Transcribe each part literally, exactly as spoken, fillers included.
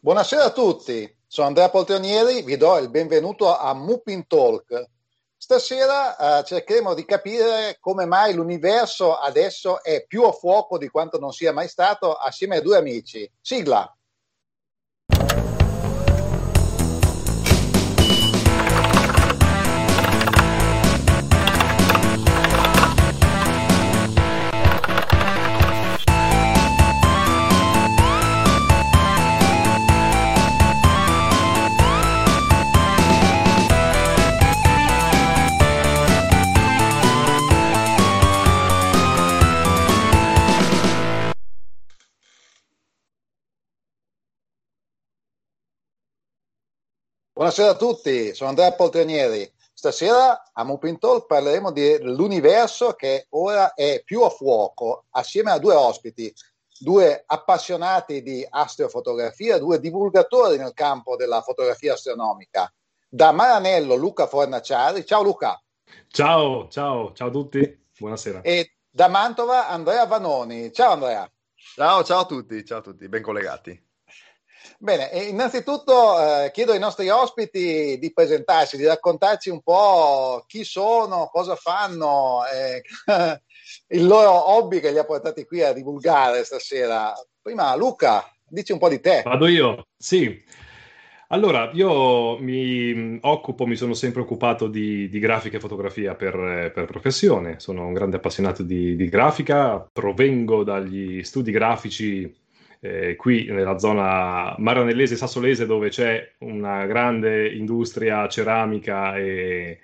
Buonasera a tutti, sono Andrea Poltronieri, vi do il benvenuto a Mupin Talk. Stasera eh, cercheremo di capire come mai l'universo adesso è più a fuoco di quanto non sia mai stato assieme a due amici. Sigla! Buonasera a tutti, sono Andrea Poltronieri. Stasera a Mupin Talk parleremo dell'universo che ora è più a fuoco, assieme a due ospiti, due appassionati di astrofotografia, due divulgatori nel campo della fotografia astronomica. Da Maranello Luca Fornaciari, ciao Luca. Ciao, ciao, ciao a tutti, buonasera. E da Mantova Andrea Vanoni, ciao Andrea. Ciao, ciao a tutti, ciao a tutti, ben collegati. Bene, e innanzitutto eh, chiedo ai nostri ospiti di presentarsi, di raccontarci un po' chi sono, cosa fanno, eh, il loro hobby che li ha portati qui a divulgare stasera. Prima Luca, dici un po' di te. Vado io, sì. Allora, io mi occupo, mi sono sempre occupato di, di grafica e fotografia per, per professione, sono un grande appassionato di, di grafica, provengo dagli studi grafici Eh, qui nella zona maranellese sassolese dove c'è una grande industria ceramica e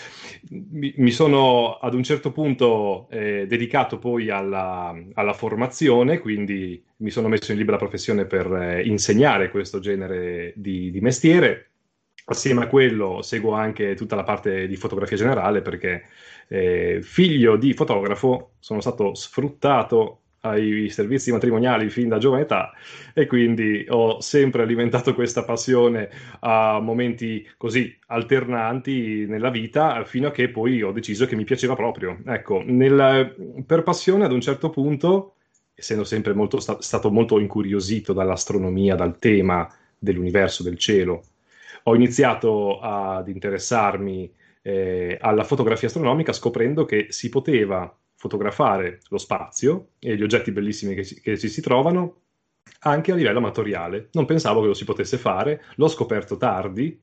mi, mi sono ad un certo punto eh, dedicato poi alla, alla formazione, quindi mi sono messo in libera professione per eh, insegnare questo genere di, di mestiere. Assieme a quello seguo anche tutta la parte di fotografia generale perché eh, figlio di fotografo sono stato sfruttato ai servizi matrimoniali fin da giovane età e quindi ho sempre alimentato questa passione a momenti così alternanti nella vita fino a che poi ho deciso che mi piaceva proprio. Ecco, nel, per passione ad un certo punto, essendo sempre molto, sta, stato molto incuriosito dall'astronomia, dal tema dell'universo, del cielo, ho iniziato ad interessarmi eh, alla fotografia astronomica scoprendo che si poteva fotografare lo spazio e gli oggetti bellissimi che ci, che ci si trovano anche a livello amatoriale. Non pensavo che lo si potesse fare, l'ho scoperto tardi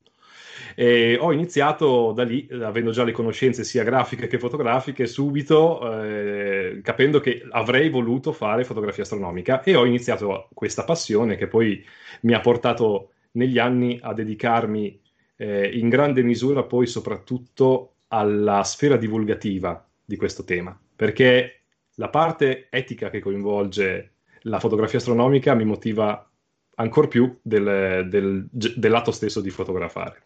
e ho iniziato da lì, avendo già le conoscenze sia grafiche che fotografiche, subito eh, capendo che avrei voluto fare fotografia astronomica e ho iniziato questa passione che poi mi ha portato negli anni a dedicarmi eh, in grande misura poi soprattutto alla sfera divulgativa di questo tema, perché la parte etica che coinvolge la fotografia astronomica mi motiva ancor più del, del, dell'atto stesso di fotografare.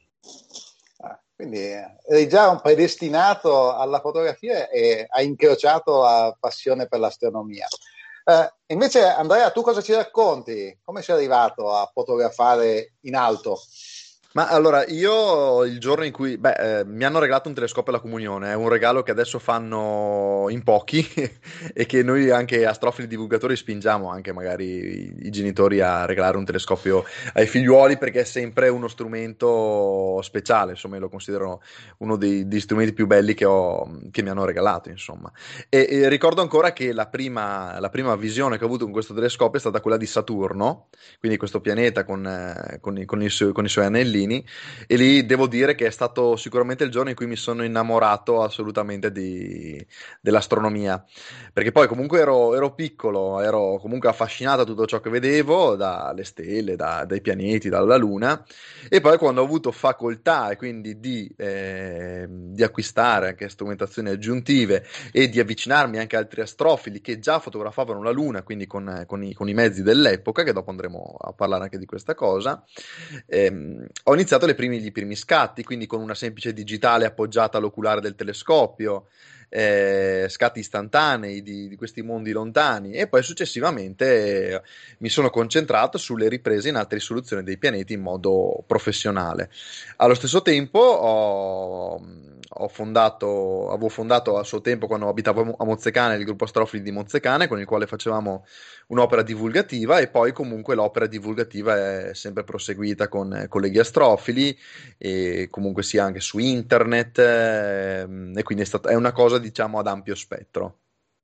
Ah, quindi eri già un predestinato alla fotografia e hai incrociato la passione per l'astronomia. Eh, invece Andrea, tu cosa ci racconti? Come sei arrivato a fotografare in alto? Ma allora, io il giorno in cui beh, eh, mi hanno regalato un telescopio alla comunione, è un regalo che adesso fanno in pochi e che noi anche astrofili divulgatori spingiamo anche magari i, i genitori a regalare un telescopio ai figliuoli perché è sempre uno strumento speciale, insomma, io lo considero uno dei, dei strumenti più belli che, ho, che mi hanno regalato, insomma. E, e ricordo ancora che la prima, la prima visione che ho avuto con questo telescopio è stata quella di Saturno, quindi questo pianeta con, eh, con, i, con, i suoi, con i suoi anellini. E lì devo dire che è stato sicuramente il giorno in cui mi sono innamorato assolutamente di, dell'astronomia, perché poi comunque ero, ero piccolo, ero comunque affascinato da tutto ciò che vedevo, dalle stelle, da, dai pianeti, dalla luna, e poi quando ho avuto facoltà e quindi di, eh, di acquistare anche strumentazioni aggiuntive e di avvicinarmi anche a altri astrofili che già fotografavano la luna, quindi con, con, i, con i mezzi dell'epoca, che dopo andremo a parlare anche di questa cosa, ehm, ho iniziato le primi, i primi scatti, quindi con una semplice digitale appoggiata all'oculare del telescopio, eh, scatti istantanei di, di questi mondi lontani e poi successivamente eh, mi sono concentrato sulle riprese in alta risoluzione dei pianeti in modo professionale. Allo stesso tempo ho, ho fondato, avevo fondato a suo tempo, quando abitavo a Mozzecane, il gruppo Astrofili di Mozzecane, con il quale facevamo un'opera divulgativa, e poi comunque l'opera divulgativa è sempre proseguita con colleghi astrofili, e comunque sia anche su internet, ehm, e quindi è stata, è una cosa, diciamo, ad ampio spettro.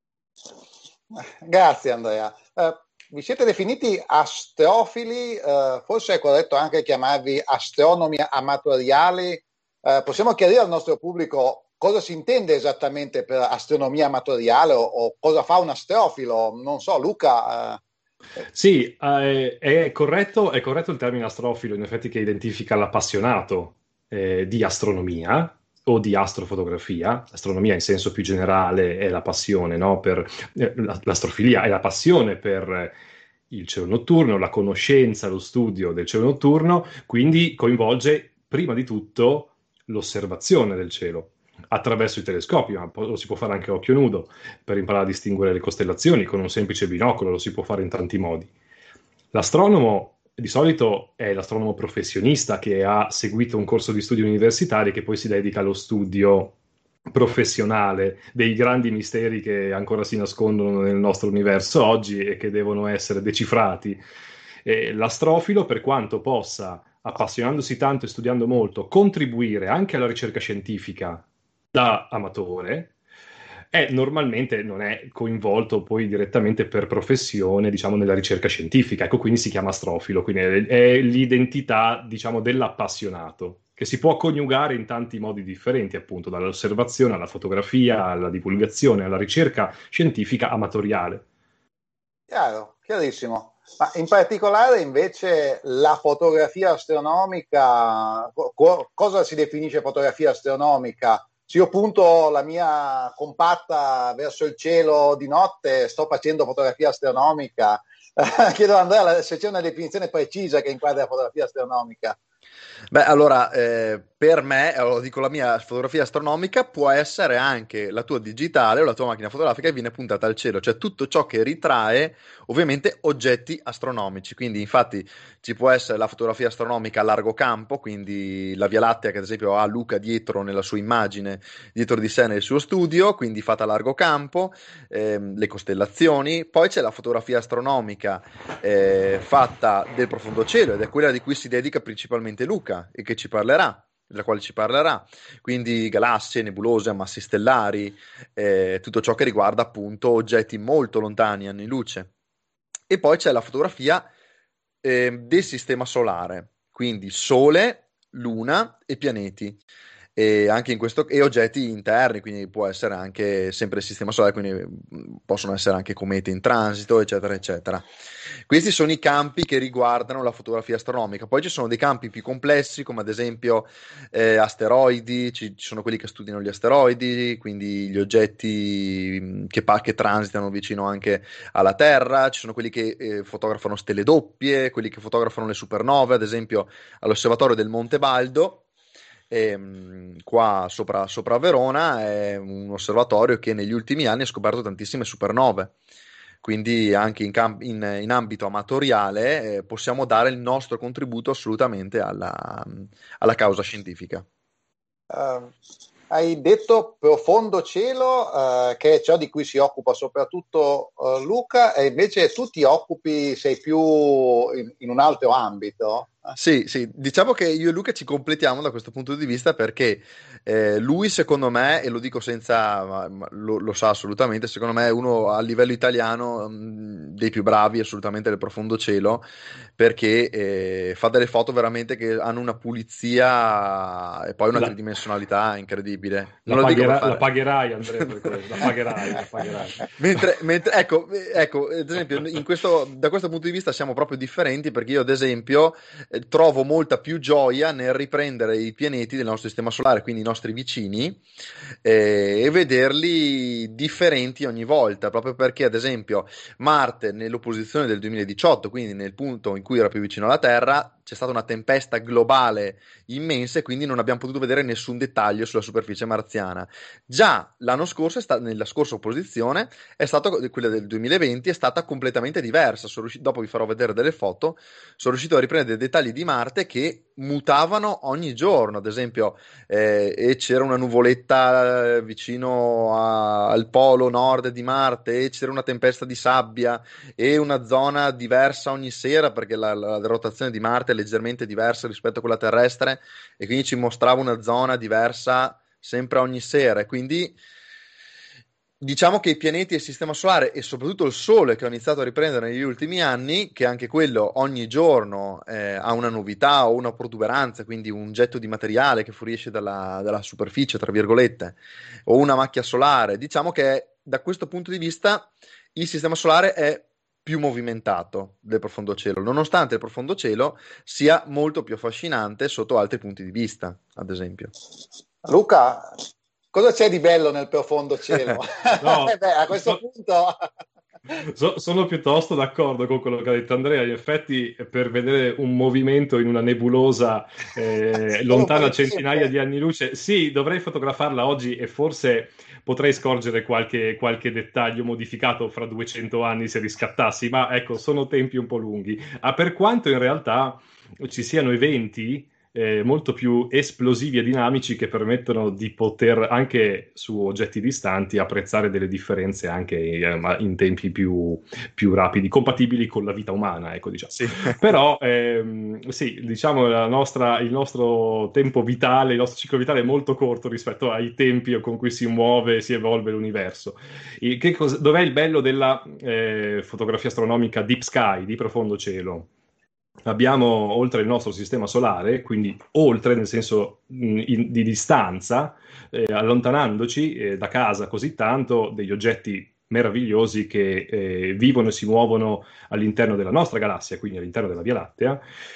Grazie Andrea. Uh, vi siete definiti astrofili, uh, forse è corretto anche chiamarvi astronomi amatoriali. Uh, possiamo chiarire al nostro pubblico cosa si intende esattamente per astronomia amatoriale, o, o cosa fa un astrofilo? Non so, Luca. Uh... Sì, eh, è corretto, è corretto il termine astrofilo, in effetti, che identifica l'appassionato eh, di astronomia o di astrofotografia. L'astronomia in senso più generale è la passione, no? Per, eh, l'astrofilia è la passione per il cielo notturno, la conoscenza, lo studio del cielo notturno, quindi coinvolge prima di tutto l'osservazione del cielo attraverso i telescopi, ma lo si può fare anche a occhio nudo per imparare a distinguere le costellazioni. Con un semplice binocolo lo si può fare in tanti modi. L'astronomo di solito è l'astronomo professionista che ha seguito un corso di studi universitari e che poi si dedica allo studio professionale dei grandi misteri che ancora si nascondono nel nostro universo oggi e che devono essere decifrati. E l'astrofilo, per quanto possa, appassionandosi tanto e studiando molto, contribuire anche alla ricerca scientifica da amatore, è normalmente non è coinvolto poi direttamente per professione, diciamo, nella ricerca scientifica. Ecco, quindi si chiama astrofilo, quindi è, è l'identità, diciamo, dell'appassionato, che si può coniugare in tanti modi differenti, appunto, dall'osservazione alla fotografia, alla divulgazione, alla ricerca scientifica amatoriale. Chiaro, chiarissimo. Ma in particolare invece la fotografia astronomica, co- cosa si definisce fotografia astronomica? Se io punto la mia compatta verso il cielo di notte, sto facendo fotografia astronomica. Chiedo a Andrea se c'è una definizione precisa che inquadra la fotografia astronomica. Beh, allora, eh, per me, allora, dico, la mia fotografia astronomica può essere anche la tua digitale o la tua macchina fotografica che viene puntata al cielo, cioè tutto ciò che ritrae ovviamente oggetti astronomici. Quindi infatti ci può essere la fotografia astronomica a largo campo, quindi la Via Lattea che ad esempio ha Luca dietro nella sua immagine, dietro di sé nel suo studio, quindi fatta a largo campo, ehm, le costellazioni. Poi c'è la fotografia astronomica eh, fatta del profondo cielo, ed è quella di cui si dedica principalmente Luca e che ci parlerà, della quale ci parlerà, quindi galassie, nebulose, ammassi stellari, eh, tutto ciò che riguarda appunto oggetti molto lontani anni luce. E poi c'è la fotografia eh, del sistema solare, quindi Sole, Luna e pianeti. E anche in questo e oggetti interni, quindi può essere anche sempre il sistema solare, quindi possono essere anche comete in transito, eccetera eccetera. Questi sono i campi che riguardano la fotografia astronomica. Poi ci sono dei campi più complessi, come ad esempio eh, asteroidi, ci, ci sono quelli che studiano gli asteroidi, quindi gli oggetti che, che transitano vicino anche alla Terra. Ci sono quelli che eh, fotografano stelle doppie, quelli che fotografano le supernove, ad esempio all'osservatorio del Monte Baldo. E, qua sopra, sopra Verona è un osservatorio che negli ultimi anni ha scoperto tantissime supernove, quindi anche in, camp- in, in ambito amatoriale eh, possiamo dare il nostro contributo assolutamente alla, alla causa scientifica. Uh, hai detto profondo cielo, uh, che è ciò di cui si occupa soprattutto uh, Luca, e invece tu ti occupi, sei più in, in un altro ambito. Sì, sì, diciamo che io e Luca ci completiamo da questo punto di vista, perché eh, lui secondo me, e lo dico senza, ma, ma lo, lo sa assolutamente, secondo me è uno a livello italiano mh, dei più bravi assolutamente del profondo cielo, perché eh, fa delle foto veramente che hanno una pulizia e poi una La... tridimensionalità incredibile. La, Non lo dico per pagherà, fare... la pagherai, Andrea, per questo. La pagherai, la pagherai. mentre, mentre, ecco, ecco, ad esempio, in questo, da questo punto di vista siamo proprio differenti, perché io ad esempio eh, trovo molta più gioia nel riprendere i pianeti del nostro sistema solare, quindi i nostri vicini, eh, e vederli differenti ogni volta, proprio perché ad esempio Marte nell'opposizione del duemiladiciotto, quindi nel punto in cui era più vicino alla Terra, c'è stata una tempesta globale immensa e quindi non abbiamo potuto vedere nessun dettaglio sulla superficie marziana. Già l'anno scorso, è sta- nella scorsa opposizione, è stato, quella del duemilaventi, è stata completamente diversa. Sono riuscito, dopo vi farò vedere delle foto, sono riuscito a riprendere dei dettagli di Marte che mutavano ogni giorno. Ad esempio, eh, e c'era una nuvoletta eh, vicino a- al polo nord di Marte, e c'era una tempesta di sabbia e una zona diversa ogni sera perché la, la- la rotazione di Marte è leggermente diversa rispetto a quella terrestre, e quindi ci mostrava una zona diversa sempre ogni sera. E quindi diciamo che i pianeti e il sistema solare, e soprattutto il Sole, che ho iniziato a riprendere negli ultimi anni, che anche quello ogni giorno eh, ha una novità o una protuberanza, quindi un getto di materiale che fuoriesce dalla, dalla superficie, tra virgolette, o una macchia solare, diciamo che da questo punto di vista il sistema solare è più movimentato del profondo cielo, nonostante il profondo cielo sia molto più affascinante sotto altri punti di vista, ad esempio. Luca, cosa c'è di bello nel profondo cielo? No, Beh, a questo so- punto... so- sono piuttosto d'accordo con quello che ha detto Andrea. In effetti, per vedere un movimento in una nebulosa eh, Solo un po' lontana di centinaia tempo. di anni luce, sì, dovrei fotografarla oggi e forse potrei scorgere qualche, qualche dettaglio modificato fra duecento anni se riscattassi, ma ecco, sono tempi un po' lunghi. Ah, per quanto in realtà ci siano eventi eh, molto più esplosivi e dinamici che permettono di poter anche su oggetti distanti apprezzare delle differenze anche eh, ma in tempi più, più rapidi, compatibili con la vita umana, ecco, diciamo. Sì. Però ehm, sì, diciamo la nostra, il nostro tempo vitale, il nostro ciclo vitale è molto corto rispetto ai tempi con cui si muove e si evolve l'universo. E che cos- dov'è il bello della eh, fotografia astronomica deep sky, di profondo cielo? Abbiamo oltre il nostro sistema solare, quindi oltre nel senso mh, in- di distanza, eh, allontanandoci eh, da casa così tanto, degli oggetti meravigliosi che eh, vivono e si muovono all'interno della nostra galassia, quindi all'interno della Via Lattea,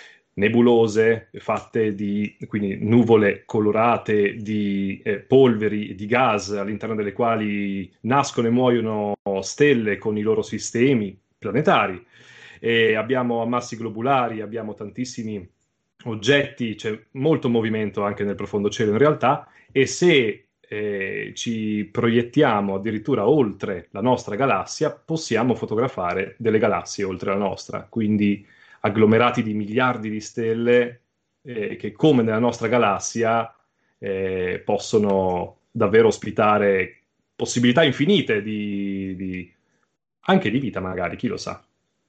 nebulose fatte di quindi nuvole colorate di eh, polveri, di gas all'interno delle quali nascono e muoiono stelle con i loro sistemi planetari. E abbiamo ammassi globulari, abbiamo tantissimi oggetti, c'è molto movimento anche nel profondo cielo in realtà, e se eh, ci proiettiamo addirittura oltre la nostra galassia, possiamo fotografare delle galassie oltre la nostra, quindi agglomerati di miliardi di stelle eh, che come nella nostra galassia eh, possono davvero ospitare possibilità infinite di, di- anche di vita magari, chi lo sa.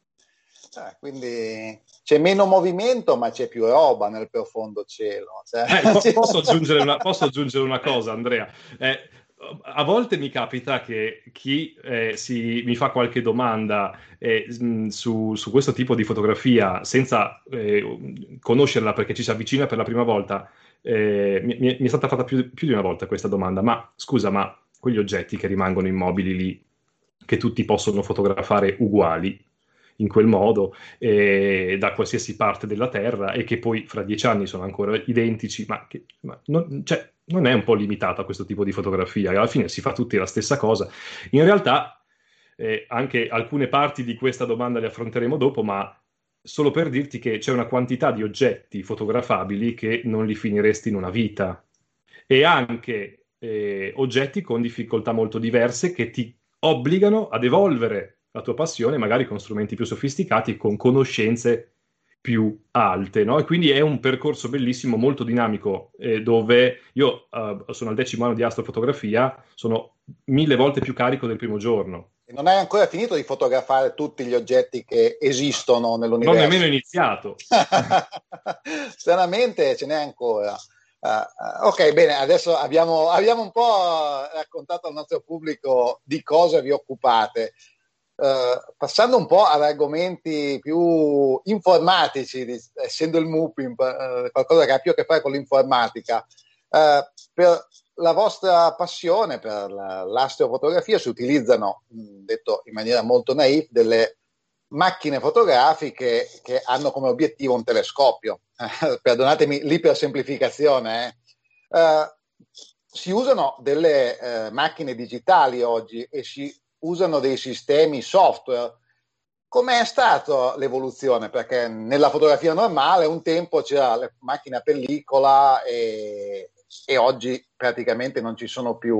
Eh, quindi c'è meno movimento, ma c'è più roba nel profondo cielo. Cioè, Eh, po- posso aggiungere una, posso aggiungere una cosa, Andrea? Eh, a volte mi capita che chi eh, si, mi fa qualche domanda eh, mh, su, su questo tipo di fotografia senza eh, conoscerla perché ci si avvicina per la prima volta, eh, mi, mi è stata fatta più, più di una volta questa domanda, ma scusa, ma quegli oggetti che rimangono immobili lì, che tutti possono fotografare uguali, in quel modo, eh, da qualsiasi parte della Terra e che poi fra dieci anni sono ancora identici, ma, che, ma non, cioè, non è un po' limitato a questo tipo di fotografia, alla fine si fa tutti la stessa cosa. In realtà eh, anche alcune parti di questa domanda le affronteremo dopo, ma solo per dirti che c'è una quantità di oggetti fotografabili che non li finiresti in una vita, e anche eh, oggetti con difficoltà molto diverse che ti obbligano ad evolvere la tua passione, magari con strumenti più sofisticati e con conoscenze più alte, no? E quindi è un percorso bellissimo, molto dinamico, eh, dove io eh, sono al decimo anno di astrofotografia, sono mille volte più carico del primo giorno. non hai ancora finito di fotografare tutti gli oggetti che esistono Non ho nell'universo. nemmeno iniziato. Stranamente ce n'è ancora. Uh, ok, bene, adesso abbiamo, abbiamo un po' raccontato al nostro pubblico di cosa vi occupate. Uh, passando un po' ad argomenti più informatici, di, essendo il MUPIM uh, qualcosa che ha più a che fare con l'informatica, uh, per la vostra passione per la, l'astrofotografia si utilizzano, detto in maniera molto naif, delle macchine fotografiche che hanno come obiettivo un telescopio. Eh, perdonatemi l'ipersemplificazione. Eh. Eh, si usano delle eh, macchine digitali oggi e si usano dei sistemi software com'è stata l'evoluzione? Perché nella fotografia normale un tempo c'era la macchina a pellicola e, e oggi praticamente non ci sono più.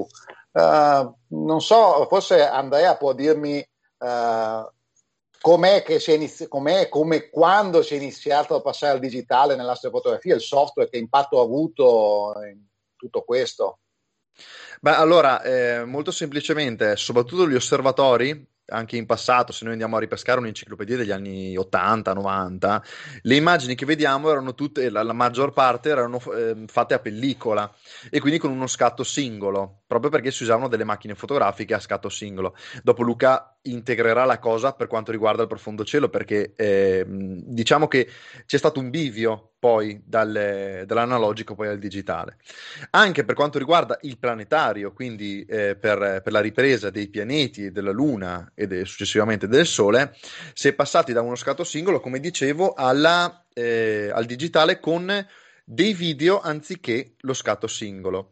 Uh, non so, forse Andrea può dirmi uh, com'è che si è inizi- com'è, come quando si è iniziato a passare al digitale nell'astrofotografia, il software, che impatto ha avuto in tutto questo? Beh, allora, eh, molto semplicemente, soprattutto gli osservatori, anche in passato, se noi andiamo a ripescare un'enciclopedia degli anni ottanta novanta, le immagini che vediamo erano tutte, la, la maggior parte erano eh, fatte a pellicola e quindi con uno scatto singolo, proprio perché si usavano delle macchine fotografiche a scatto singolo. Dopo Luca integrerà la cosa per quanto riguarda il profondo cielo, perché eh, diciamo che c'è stato un bivio poi dalle, dall'analogico poi al digitale. Anche per quanto riguarda il planetario, quindi eh, per, per la ripresa dei pianeti, della Luna e de, successivamente del Sole, si è passati da uno scatto singolo, come dicevo, alla, eh, al digitale con dei video anziché lo scatto singolo.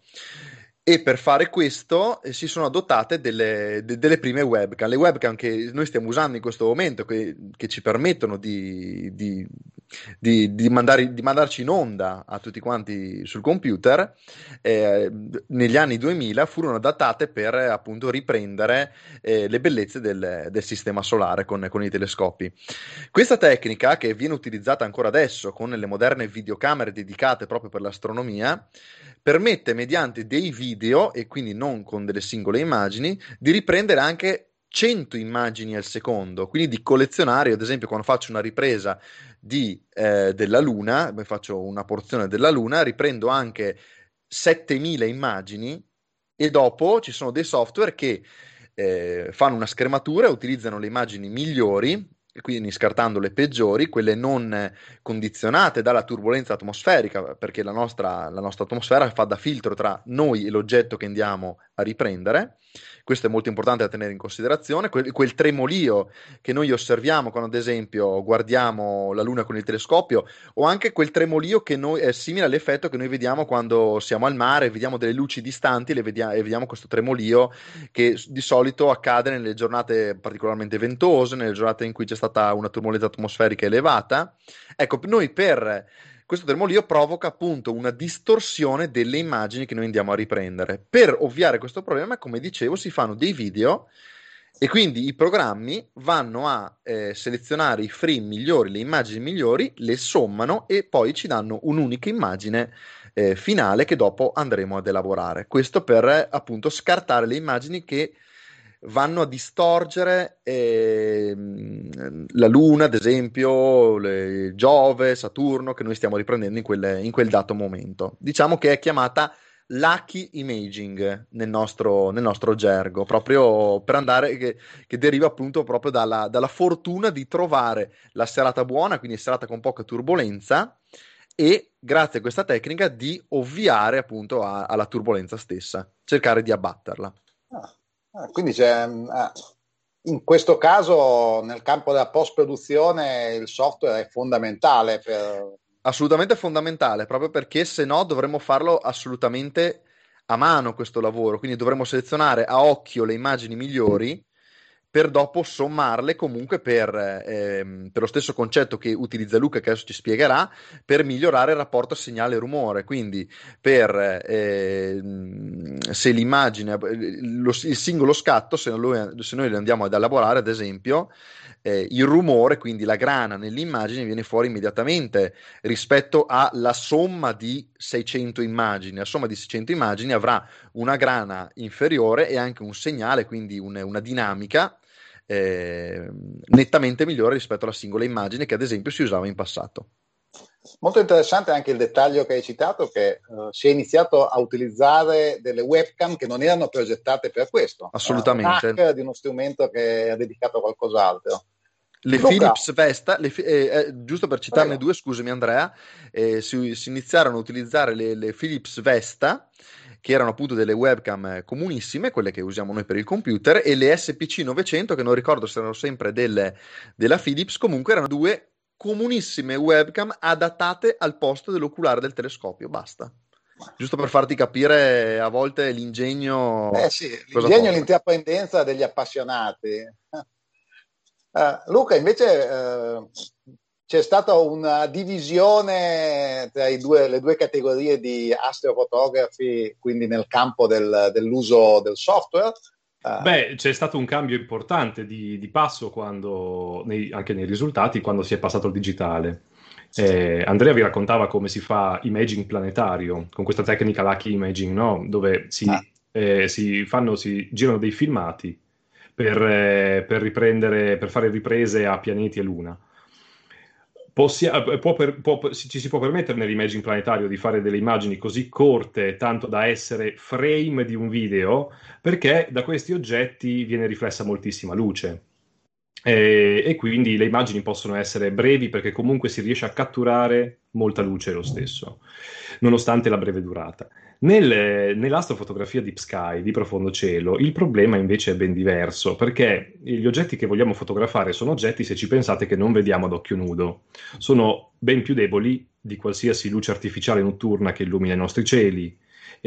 E per fare questo eh, si sono adottate delle, de, delle prime webcam, le webcam che noi stiamo usando in questo momento, che, che ci permettono di, di, di, di, mandare, di mandarci in onda a tutti quanti sul computer, eh, negli anni duemila furono adattate per appunto riprendere eh, le bellezze del, del sistema solare con, con i telescopi. Questa tecnica, che viene utilizzata ancora adesso con le moderne videocamere dedicate proprio per l'astronomia, permette mediante dei video, e quindi non con delle singole immagini, di riprendere anche cento immagini al secondo, quindi di collezionare, ad esempio quando faccio una ripresa di, eh, della Luna, faccio una porzione della Luna, riprendo anche settemila immagini e dopo ci sono dei software che eh, fanno una schermatura, utilizzano le immagini migliori, quindi scartando le peggiori, quelle non condizionate dalla turbolenza atmosferica, perché la nostra, la nostra atmosfera fa da filtro tra noi e l'oggetto che andiamo a riprendere. Questo è molto importante da tenere in considerazione. Quel, quel tremolio che noi osserviamo quando, ad esempio, guardiamo la Luna con il telescopio, o anche quel tremolio che noi, è simile all'effetto che noi vediamo quando siamo al mare, vediamo delle luci distanti le vediamo, e vediamo questo tremolio che di solito accade nelle giornate particolarmente ventose, nelle giornate in cui c'è stata una turbolenza atmosferica elevata. Ecco, noi per questo tremolio provoca appunto una distorsione delle immagini che noi andiamo a riprendere. Per ovviare questo problema, come dicevo, si fanno dei video e quindi i programmi vanno a eh, selezionare i frame migliori, le immagini migliori, le sommano e poi ci danno un'unica immagine eh, finale che dopo andremo ad elaborare. Questo per eh, appunto scartare le immagini che vanno a distorcere eh, la Luna, ad esempio, le, Giove, Saturno, che noi stiamo riprendendo in, quelle, in quel dato momento. Diciamo che è chiamata lucky imaging nel nostro, nel nostro gergo, proprio per andare, che, che deriva appunto proprio dalla, dalla fortuna di trovare la serata buona, quindi serata con poca turbolenza, e grazie a questa tecnica di ovviare appunto a, alla turbolenza stessa, cercare di abbatterla. Ah. Ah, quindi c'è, in questo caso nel campo della post-produzione il software è fondamentale per... Assolutamente fondamentale, proprio perché se no dovremmo farlo assolutamente a mano questo lavoro, quindi dovremmo selezionare a occhio le immagini migliori per dopo sommarle comunque per, ehm, per lo stesso concetto che utilizza Luca, che adesso ci spiegherà, per migliorare il rapporto segnale-rumore. Quindi per ehm, se l'immagine, lo, il singolo scatto, se noi, se noi lo andiamo ad elaborare, ad esempio, eh, il rumore, quindi la grana nell'immagine, viene fuori immediatamente rispetto alla somma di seicento immagini. La somma di seicento immagini avrà una grana inferiore e anche un segnale, quindi un, una dinamica Eh, nettamente migliore rispetto alla singola immagine che ad esempio si usava in passato. Molto interessante anche il dettaglio che hai citato, che uh, si è iniziato a utilizzare delle webcam che non erano progettate per questo. Assolutamente. Uh, un hack di uno strumento che è dedicato a qualcos'altro. Le Luca. Philips Vesta, le, eh, eh, giusto per citarne Prego. due, scusami Andrea, eh, si, si iniziarono a utilizzare le, le Philips Vesta, che erano appunto delle webcam comunissime, quelle che usiamo noi per il computer, e le S P C novecento, che non ricordo se erano sempre delle, della Philips, comunque erano due comunissime webcam adattate al posto dell'oculare del telescopio, basta. Giusto per farti capire a volte l'ingegno. Eh sì, l'ingegno e l'intraprendenza degli appassionati. Uh, Luca, invece uh, c'è stata una divisione tra i due, le due categorie di astrofotografi, quindi nel campo del, dell'uso del software. Uh, Beh, c'è stato un cambio importante di, di passo quando, nei, anche nei risultati, quando si è passato al digitale. Eh, Andrea vi raccontava come si fa imaging planetario con questa tecnica Lucky Imaging, no? Dove si, ah. eh, si fanno, si girano dei filmati per, eh, per riprendere, per fare riprese a pianeti e luna. Possia, può per, può, ci si può permettere nell'imaging planetario di fare delle immagini così corte, tanto da essere frame di un video, perché da questi oggetti viene riflessa moltissima luce. E, e quindi le immagini possono essere brevi perché comunque si riesce a catturare molta luce lo stesso, nonostante la breve durata. Nel, nell'astrofotografia Deep Sky, di profondo cielo, il problema invece è ben diverso, perché gli oggetti che vogliamo fotografare sono oggetti, se ci pensate, che non vediamo ad occhio nudo. Sono ben più deboli di qualsiasi luce artificiale notturna che illumina i nostri cieli,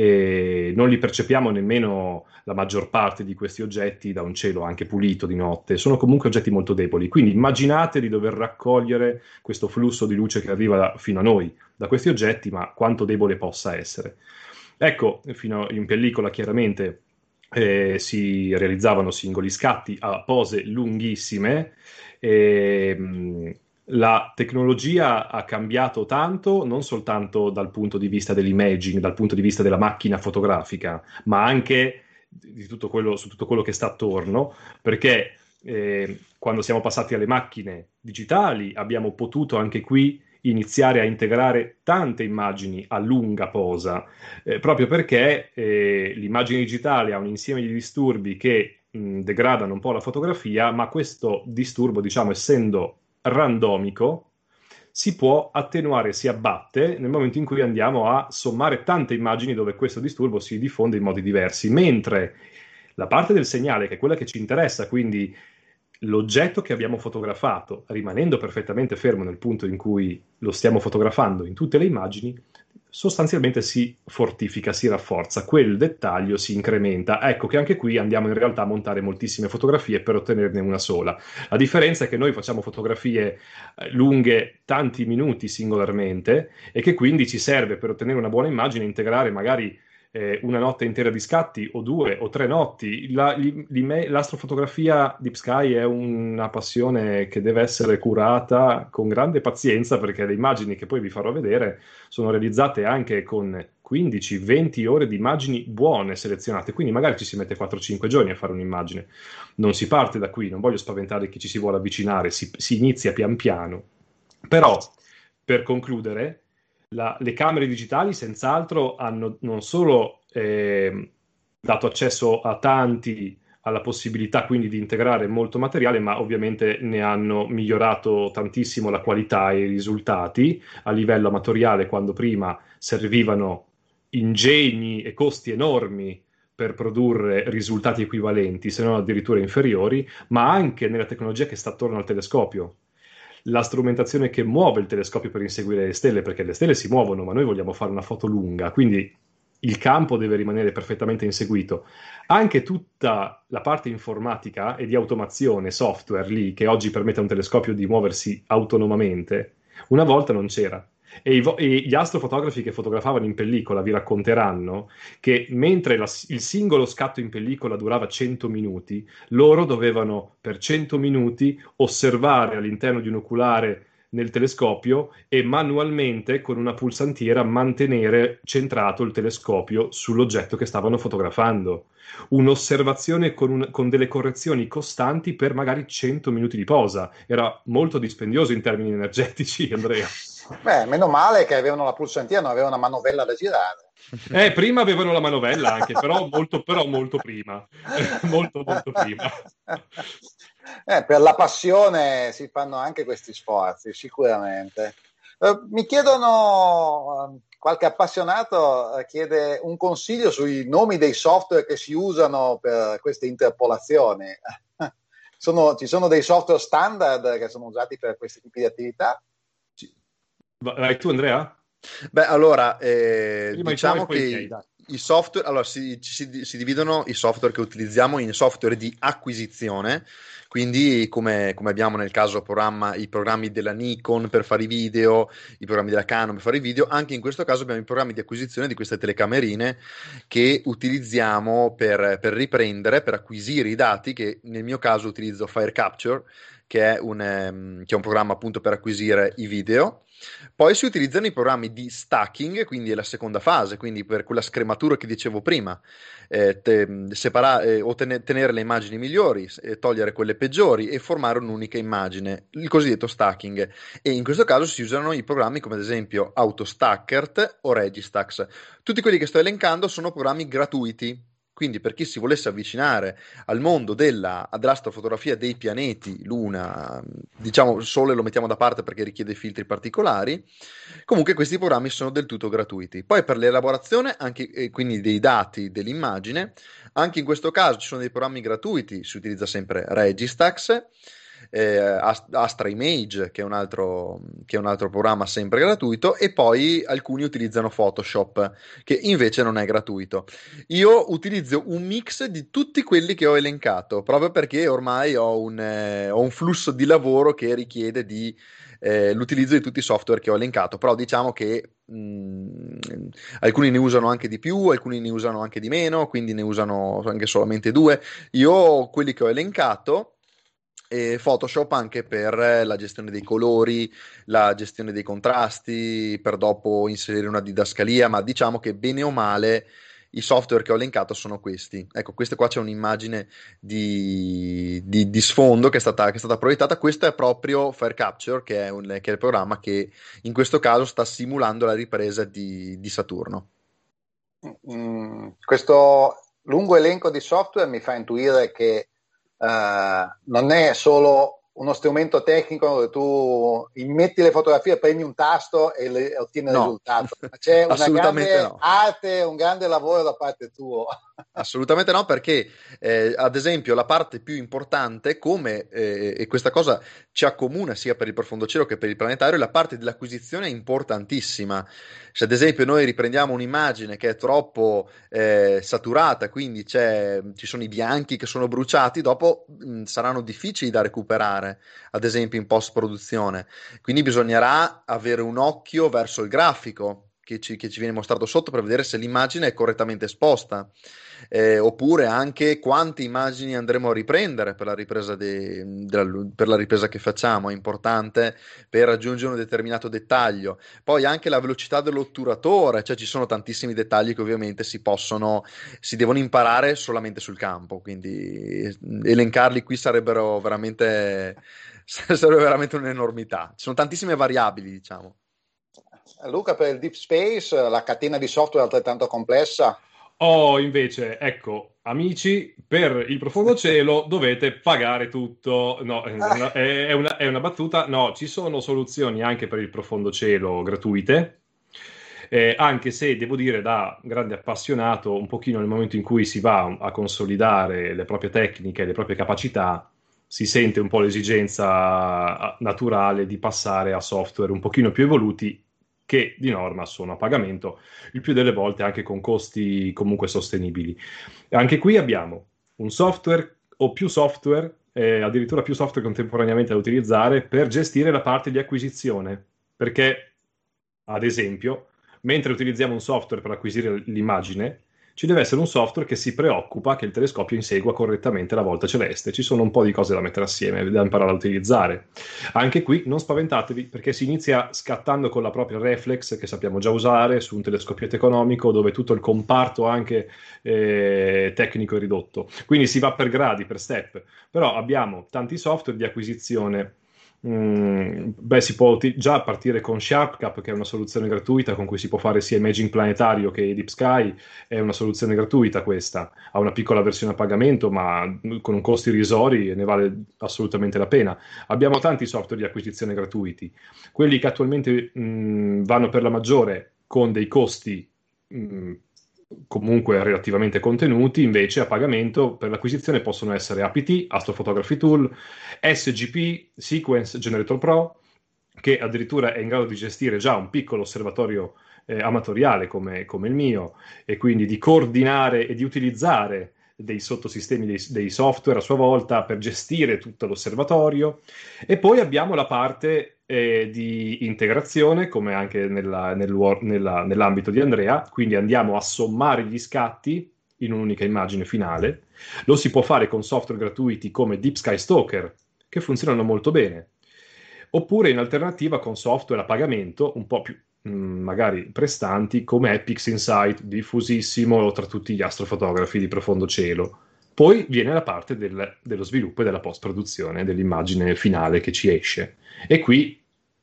e non li percepiamo nemmeno la maggior parte di questi oggetti da un cielo anche pulito di notte, sono comunque oggetti molto deboli, quindi immaginate di dover raccogliere questo flusso di luce che arriva fino a noi da questi oggetti, ma quanto debole possa essere. Ecco, fino in pellicola chiaramente eh, si realizzavano singoli scatti a pose lunghissime e mh, la tecnologia ha cambiato tanto, non soltanto dal punto di vista dell'imaging, dal punto di vista della macchina fotografica, ma anche di tutto quello, su tutto quello che sta attorno, perché eh, quando siamo passati alle macchine digitali abbiamo potuto anche qui iniziare a integrare tante immagini a lunga posa, eh, proprio perché eh, l'immagine digitale ha un insieme di disturbi che mh, degradano un po' la fotografia, ma questo disturbo, diciamo, essendo randomico, si può attenuare, si abbatte nel momento in cui andiamo a sommare tante immagini dove questo disturbo si diffonde in modi diversi, mentre la parte del segnale, che è quella che ci interessa, quindi l'oggetto che abbiamo fotografato, rimanendo perfettamente fermo nel punto in cui lo stiamo fotografando in tutte le immagini, sostanzialmente si fortifica, si rafforza, quel dettaglio si incrementa. Ecco che anche qui andiamo in realtà a montare moltissime fotografie per ottenerne una sola. La differenza è che noi facciamo fotografie lunghe tanti minuti singolarmente e che quindi ci serve per ottenere una buona immagine integrare magari eh, una notte intera di scatti o due o tre notti. La, li, li, l'astrofotografia Deep Sky è una passione che deve essere curata con grande pazienza, perché le immagini che poi vi farò vedere sono realizzate anche con quindici venti ore di immagini buone selezionate, quindi magari ci si mette quattro cinque giorni a fare un'immagine. Non si parte da qui, non voglio spaventare chi ci si vuole avvicinare, si, si inizia pian piano. Però, per concludere, la, le camere digitali senz'altro hanno non solo eh, dato accesso a tanti alla possibilità quindi di integrare molto materiale, ma ovviamente ne hanno migliorato tantissimo la qualità e i risultati a livello amatoriale, quando prima servivano ingegni e costi enormi per produrre risultati equivalenti, se non addirittura inferiori, ma anche nella tecnologia che sta attorno al telescopio. La strumentazione che muove il telescopio per inseguire le stelle, perché le stelle si muovono, ma noi vogliamo fare una foto lunga, quindi il campo deve rimanere perfettamente inseguito. Anche tutta la parte informatica e di automazione, software lì, che oggi permette a un telescopio di muoversi autonomamente, una volta non c'era. E, i vo- e gli astrofotografi che fotografavano in pellicola vi racconteranno che mentre la, il singolo scatto in pellicola durava cento minuti, loro dovevano per cento minuti osservare all'interno di un oculare nel telescopio e manualmente con una pulsantiera mantenere centrato il telescopio sull'oggetto che stavano fotografando. Un'osservazione con, un, con delle correzioni costanti per magari cento minuti di posa. Era molto dispendioso in termini energetici, Andrea. Beh, meno male che avevano la pulsantiera, non avevano una manovella da girare. Eh, prima avevano la manovella anche, però molto, però molto prima. molto, molto prima. Eh, per la passione si fanno anche questi sforzi, sicuramente. Eh, mi chiedono, qualche appassionato eh, chiede un consiglio sui nomi dei software che si usano per queste interpolazioni. sono, ci sono dei software standard che sono usati per questi tipi di attività? Vai tu, Andrea? Beh, allora, eh, diciamo che miei, i software, allora si, si, si dividono i software che utilizziamo in software di acquisizione, quindi come, come abbiamo nel caso programma, i programmi della Nikon per fare i video, i programmi della Canon per fare i video, anche in questo caso abbiamo i programmi di acquisizione di queste telecamerine che utilizziamo per, per riprendere, per acquisire i dati, che nel mio caso utilizzo Fire Capture, che è un, um, che è un programma appunto per acquisire i video. Poi si utilizzano i programmi di stacking, quindi è la seconda fase, quindi per quella scrematura che dicevo prima, eh, te, separare eh, o ten- tenere le immagini migliori, eh, togliere quelle peggiori e formare un'unica immagine, il cosiddetto stacking. E in questo caso si usano i programmi come ad esempio AutoStackert o Registax. Tutti quelli che sto elencando sono programmi gratuiti. Quindi per chi si volesse avvicinare al mondo della, dell'astrofotografia dei pianeti, Luna, diciamo Sole lo mettiamo da parte perché richiede filtri particolari, comunque questi programmi sono del tutto gratuiti. Poi per l'elaborazione anche, eh, quindi dei dati dell'immagine, anche in questo caso ci sono dei programmi gratuiti, si utilizza sempre Registax, eh, Astra Image che è, un altro, che è un altro programma sempre gratuito, e poi alcuni utilizzano Photoshop che invece non è gratuito. Io utilizzo un mix di tutti quelli che ho elencato proprio perché ormai ho un, eh, ho un flusso di lavoro che richiede di eh, l'utilizzo di tutti i software che ho elencato, però diciamo che mh, alcuni ne usano anche di più, alcuni ne usano anche di meno, quindi ne usano anche solamente due. Io quelli che ho elencato, e Photoshop anche per la gestione dei colori, la gestione dei contrasti, per dopo inserire una didascalia, ma diciamo che bene o male i software che ho elencato sono questi. Ecco, questa qua c'è un'immagine di, di, di sfondo che è stata, che è stata proiettata. Questo è proprio Fire Capture, che è, un, che è il programma che in questo caso sta simulando la ripresa di, di Saturno. Mm, questo lungo elenco di software mi fa intuire che Uh, non è solo uno strumento tecnico dove tu immetti le fotografie, premi un tasto e le, ottieni il no, risultato. C'è una assolutamente grande no. arte, un grande lavoro da parte tua. Assolutamente no, perché eh, ad esempio la parte più importante, come eh, e questa cosa ci accomuna sia per il profondo cielo che per il planetario, la parte dell'acquisizione è importantissima. Se ad esempio noi riprendiamo un'immagine che è troppo eh, saturata, quindi c'è, ci sono i bianchi che sono bruciati, dopo mh, saranno difficili da recuperare, ad esempio in post-produzione. Quindi bisognerà avere un occhio verso il grafico che ci, che ci viene mostrato sotto per vedere se l'immagine è correttamente esposta. Eh, oppure anche quante immagini andremo a riprendere per la ripresa, de, della, per la ripresa che facciamo, è importante per raggiungere un determinato dettaglio. Poi anche la velocità dell'otturatore, cioè ci sono tantissimi dettagli che ovviamente si possono, si devono imparare solamente sul campo, quindi elencarli qui sarebbero veramente, sarebbe veramente un'enormità. Ci sono tantissime variabili, diciamo. Luca, per il Deep Space la catena di software è altrettanto complessa? Oh, invece, ecco, amici, per il profondo cielo dovete pagare tutto. No, è una, è una, è una battuta. No, ci sono soluzioni anche per il profondo cielo gratuite, eh, anche se devo dire da grande appassionato, un pochino nel momento in cui si va a consolidare le proprie tecniche, le proprie capacità, si sente un po' l'esigenza naturale di passare a software un pochino più evoluti, che di norma sono a pagamento, il più delle volte anche con costi comunque sostenibili. Anche qui abbiamo un software o più software, eh, addirittura più software contemporaneamente da utilizzare per gestire la parte di acquisizione, perché ad esempio, mentre utilizziamo un software per acquisire l'immagine, ci deve essere un software che si preoccupa che il telescopio insegua correttamente la volta celeste. Ci sono un po' di cose da mettere assieme, da imparare a utilizzare. Anche qui non spaventatevi, perché si inizia scattando con la propria reflex, che sappiamo già usare, su un telescopietto economico, dove tutto il comparto anche eh, tecnico è ridotto. Quindi si va per gradi, per step. Però abbiamo tanti software di acquisizione. Mm, beh, si può uti- già partire con SharpCap, che è una soluzione gratuita con cui si può fare sia imaging planetario che Deep Sky. È una soluzione gratuita questa, ha una piccola versione a pagamento, ma con un costo irrisori ne vale assolutamente la pena. Abbiamo tanti software di acquisizione gratuiti, quelli che attualmente mh, vanno per la maggiore con dei costi mh, comunque relativamente contenuti, invece a pagamento per l'acquisizione possono essere A P T, Astrophotography Tool, S G P, Sequence Generator Pro, che addirittura è in grado di gestire già un piccolo osservatorio eh, amatoriale come, come il mio, e quindi di coordinare e di utilizzare dei sottosistemi dei, dei software a sua volta per gestire tutto l'osservatorio. E poi abbiamo la parte eh, di integrazione, come anche nella, nel, nella, nell'ambito di Andrea, quindi andiamo a sommare gli scatti in un'unica immagine finale. Lo si può fare con software gratuiti come Deep Sky Stalker, che funzionano molto bene, oppure in alternativa con software a pagamento un po' più mh, magari prestanti, come è PixInsight, diffusissimo tra tutti gli astrofotografi di profondo cielo. Poi viene la parte del, dello sviluppo e della post-produzione dell'immagine finale che ci esce. E qui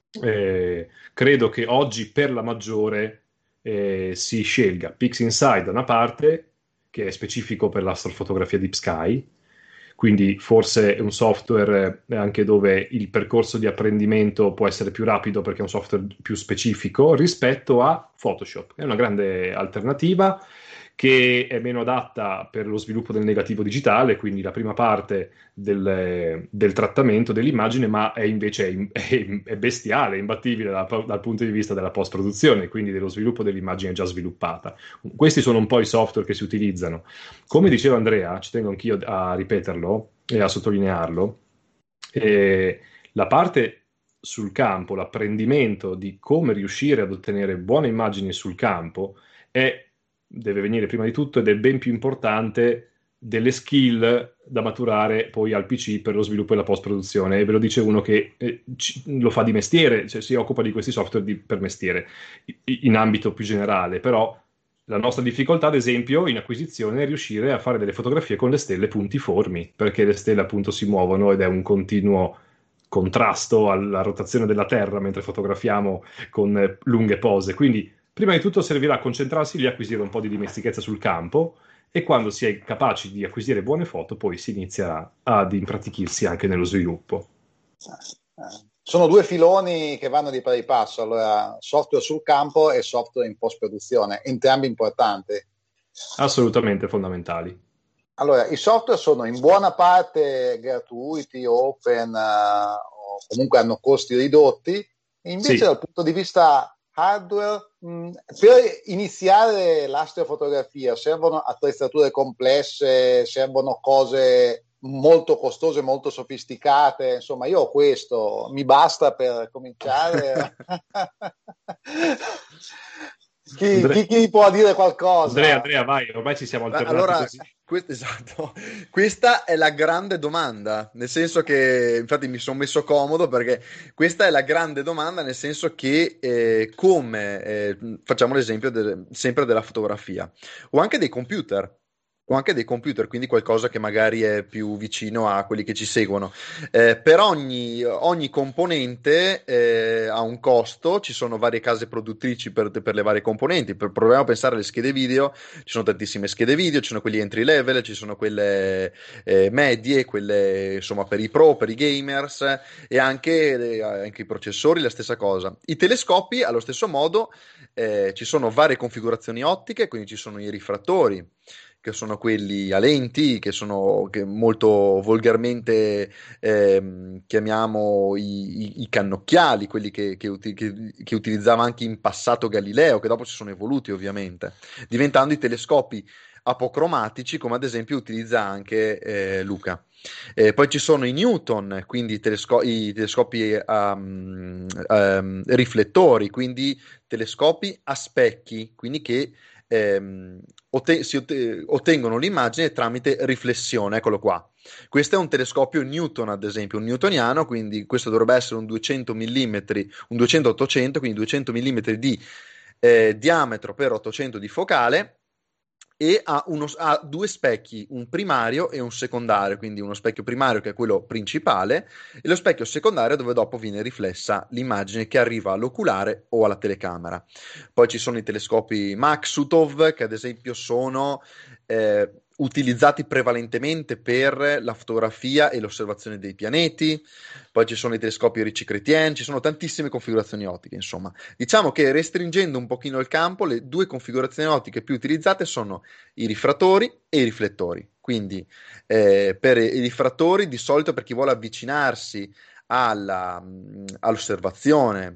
eh, credo che oggi per la maggiore eh, si scelga PixInsight da una parte, che è specifico per l'astrofotografia Deep Sky, quindi forse è un software eh, anche dove il percorso di apprendimento può essere più rapido perché è un software più specifico rispetto a Photoshop. È una grande alternativa che è meno adatta per lo sviluppo del negativo digitale, quindi la prima parte del, del trattamento dell'immagine, ma è invece è, è bestiale, è imbattibile da, dal punto di vista della post-produzione, quindi dello sviluppo dell'immagine già sviluppata. Questi sono un po' i software che si utilizzano. Come diceva Andrea, ci tengo anch'io a ripeterlo e a sottolinearlo, eh, la parte sul campo, l'apprendimento di come riuscire ad ottenere buone immagini sul campo è deve venire prima di tutto ed è ben più importante delle skill da maturare poi al P C per lo sviluppo e la post-produzione, e ve lo dice uno che eh, ci, lo fa di mestiere, cioè si occupa di questi software di, per mestiere, in ambito più generale. Però la nostra difficoltà, ad esempio, in acquisizione è riuscire a fare delle fotografie con le stelle puntiformi, perché le stelle appunto si muovono ed è un continuo contrasto alla rotazione della Terra mentre fotografiamo con eh, lunghe pose, quindi prima di tutto servirà a concentrarsi lì, acquisire un po' di dimestichezza sul campo, e quando si è capaci di acquisire buone foto poi si inizierà ad impratichirsi anche nello sviluppo. Sono due filoni che vanno di pari passo, allora software sul campo e software in post-produzione, entrambi importanti. Assolutamente fondamentali. Allora, i software sono in buona parte gratuiti, open, uh, o comunque hanno costi ridotti, invece sì, dal punto di vista hardware, mh, per iniziare l'astrofotografia servono attrezzature complesse, servono cose molto costose, molto sofisticate. Insomma, io ho questo, mi basta per cominciare. chi, chi, chi può dire qualcosa? Andrea, Andrea, vai, ormai ci siamo alternati allora, così. Questo, esatto, questa è la grande domanda, nel senso che infatti mi sono messo comodo perché questa è la grande domanda, nel senso che eh, come eh, facciamo l'esempio de- sempre della fotografia o anche dei computer o anche dei computer, quindi qualcosa che magari è più vicino a quelli che ci seguono. Eh, per ogni, ogni componente eh, ha un costo, ci sono varie case produttrici per, per le varie componenti. Per, proviamo a pensare alle schede video, ci sono tantissime schede video, ci sono quelli entry level, ci sono quelle eh, medie, quelle insomma per i pro, per i gamers e anche, anche i processori, la stessa cosa. I telescopi allo stesso modo eh, ci sono varie configurazioni ottiche, quindi ci sono i rifrattori, che sono quelli a lenti, che sono che molto volgarmente eh, chiamiamo i, i, i cannocchiali, quelli che, che, che, che utilizzava anche in passato Galileo, che dopo si sono evoluti ovviamente, diventando i telescopi apocromatici, come ad esempio utilizza anche eh, Luca. Eh, poi ci sono i Newton, quindi i, telesco- i telescopi um, um, riflettori, quindi telescopi a specchi, quindi che ehm, otten- si otten- ottengono l'immagine tramite riflessione. Eccolo qua. Questo è un telescopio Newton, ad esempio, un newtoniano, quindi questo dovrebbe essere un duecento millimetri, un duecento ottocento, quindi duecento millimetri di eh, diametro per ottocento di focale, e ha, uno, ha due specchi, un primario e un secondario, quindi uno specchio primario che è quello principale e lo specchio secondario dove dopo viene riflessa l'immagine che arriva all'oculare o alla telecamera. Poi ci sono i telescopi Maksutov, che ad esempio sono eh, utilizzati prevalentemente per la fotografia e l'osservazione dei pianeti. Poi ci sono i telescopi Ricci Chrétien, ci sono tantissime configurazioni ottiche, insomma. Diciamo che restringendo un pochino il campo, le due configurazioni ottiche più utilizzate sono i rifrattori e i riflettori. Quindi eh, per i rifrattori, di solito per chi vuole avvicinarsi alla, all'osservazione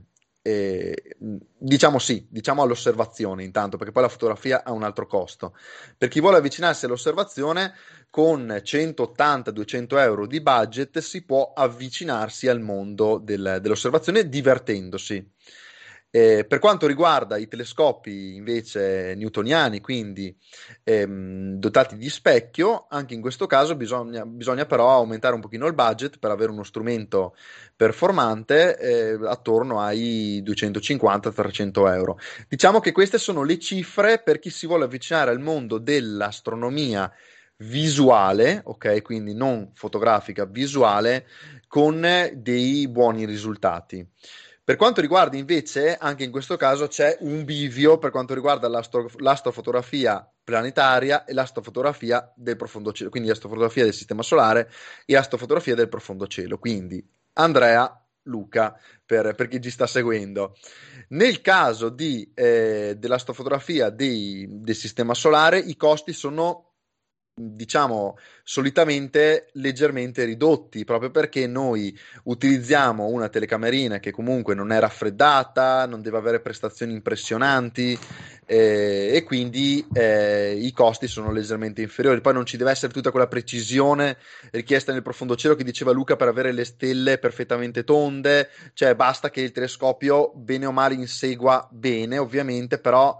eh, diciamo sì, diciamo all'osservazione intanto, perché poi la fotografia ha un altro costo. Per chi vuole avvicinarsi all'osservazione, con centottanta duecento euro di budget si può avvicinarsi al mondo del- dell'osservazione divertendosi. Eh, per quanto riguarda i telescopi invece newtoniani, quindi ehm, dotati di specchio, anche in questo caso bisogna, bisogna però aumentare un pochino il budget per avere uno strumento performante eh, attorno ai duecentocinquanta trecento euro. Diciamo che queste sono le cifre per chi si vuole avvicinare al mondo dell'astronomia visuale, ok? Quindi non fotografica, visuale, con dei buoni risultati. Per quanto riguarda invece, anche in questo caso c'è un bivio per quanto riguarda l'astro- l'astrofotografia planetaria e l'astrofotografia del profondo cielo, quindi l'astrofotografia del sistema solare e l'astrofotografia del profondo cielo. Quindi Andrea, Luca, per, per chi ci sta seguendo. Nel caso di, eh, dell'astrofotografia dei- del sistema solare, i costi sono diciamo solitamente leggermente ridotti proprio perché noi utilizziamo una telecamerina che comunque non è raffreddata, non deve avere prestazioni impressionanti eh, e quindi eh, i costi sono leggermente inferiori. Poi non ci deve essere tutta quella precisione richiesta nel profondo cielo che diceva Luca per avere le stelle perfettamente tonde, cioè basta che il telescopio bene o male insegua bene, ovviamente, però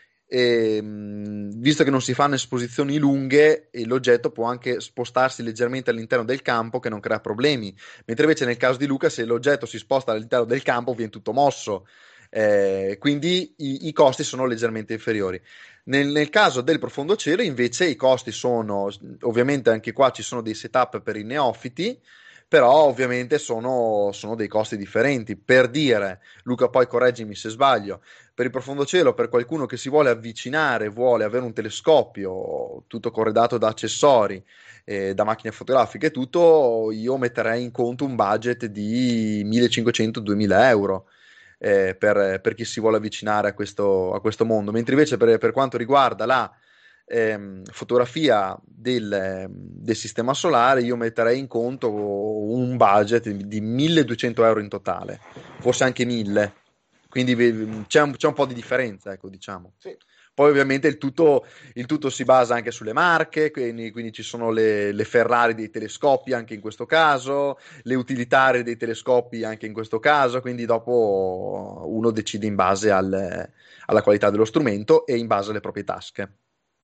e, mh, visto che non si fanno esposizioni lunghe, e l'oggetto può anche spostarsi leggermente all'interno del campo che non crea problemi, mentre invece nel caso di Luca se l'oggetto si sposta all'interno del campo viene tutto mosso, eh, quindi i, i costi sono leggermente inferiori. Nel, nel caso del profondo cielo invece i costi sono, ovviamente anche qua ci sono dei setup per i neofiti, però ovviamente sono, sono dei costi differenti. Per dire, Luca poi correggimi se sbaglio, per il profondo cielo, per qualcuno che si vuole avvicinare, vuole avere un telescopio tutto corredato da accessori, eh, da macchine fotografiche e tutto, io metterei in conto un budget di millecinquecento-duemila euro. Eh, per, per chi si vuole avvicinare a questo, a questo mondo, mentre invece per, per quanto riguarda la ehm, fotografia del, del sistema solare, io metterei in conto un budget di milleduecento euro in totale, forse anche mille, quindi c'è un, c'è un po' di differenza, ecco, diciamo. Sì. Poi ovviamente il tutto, il tutto si basa anche sulle marche, quindi, quindi ci sono le, le Ferrari dei telescopi anche in questo caso, le utilitarie dei telescopi anche in questo caso, quindi dopo uno decide in base al, alla qualità dello strumento e in base alle proprie tasche.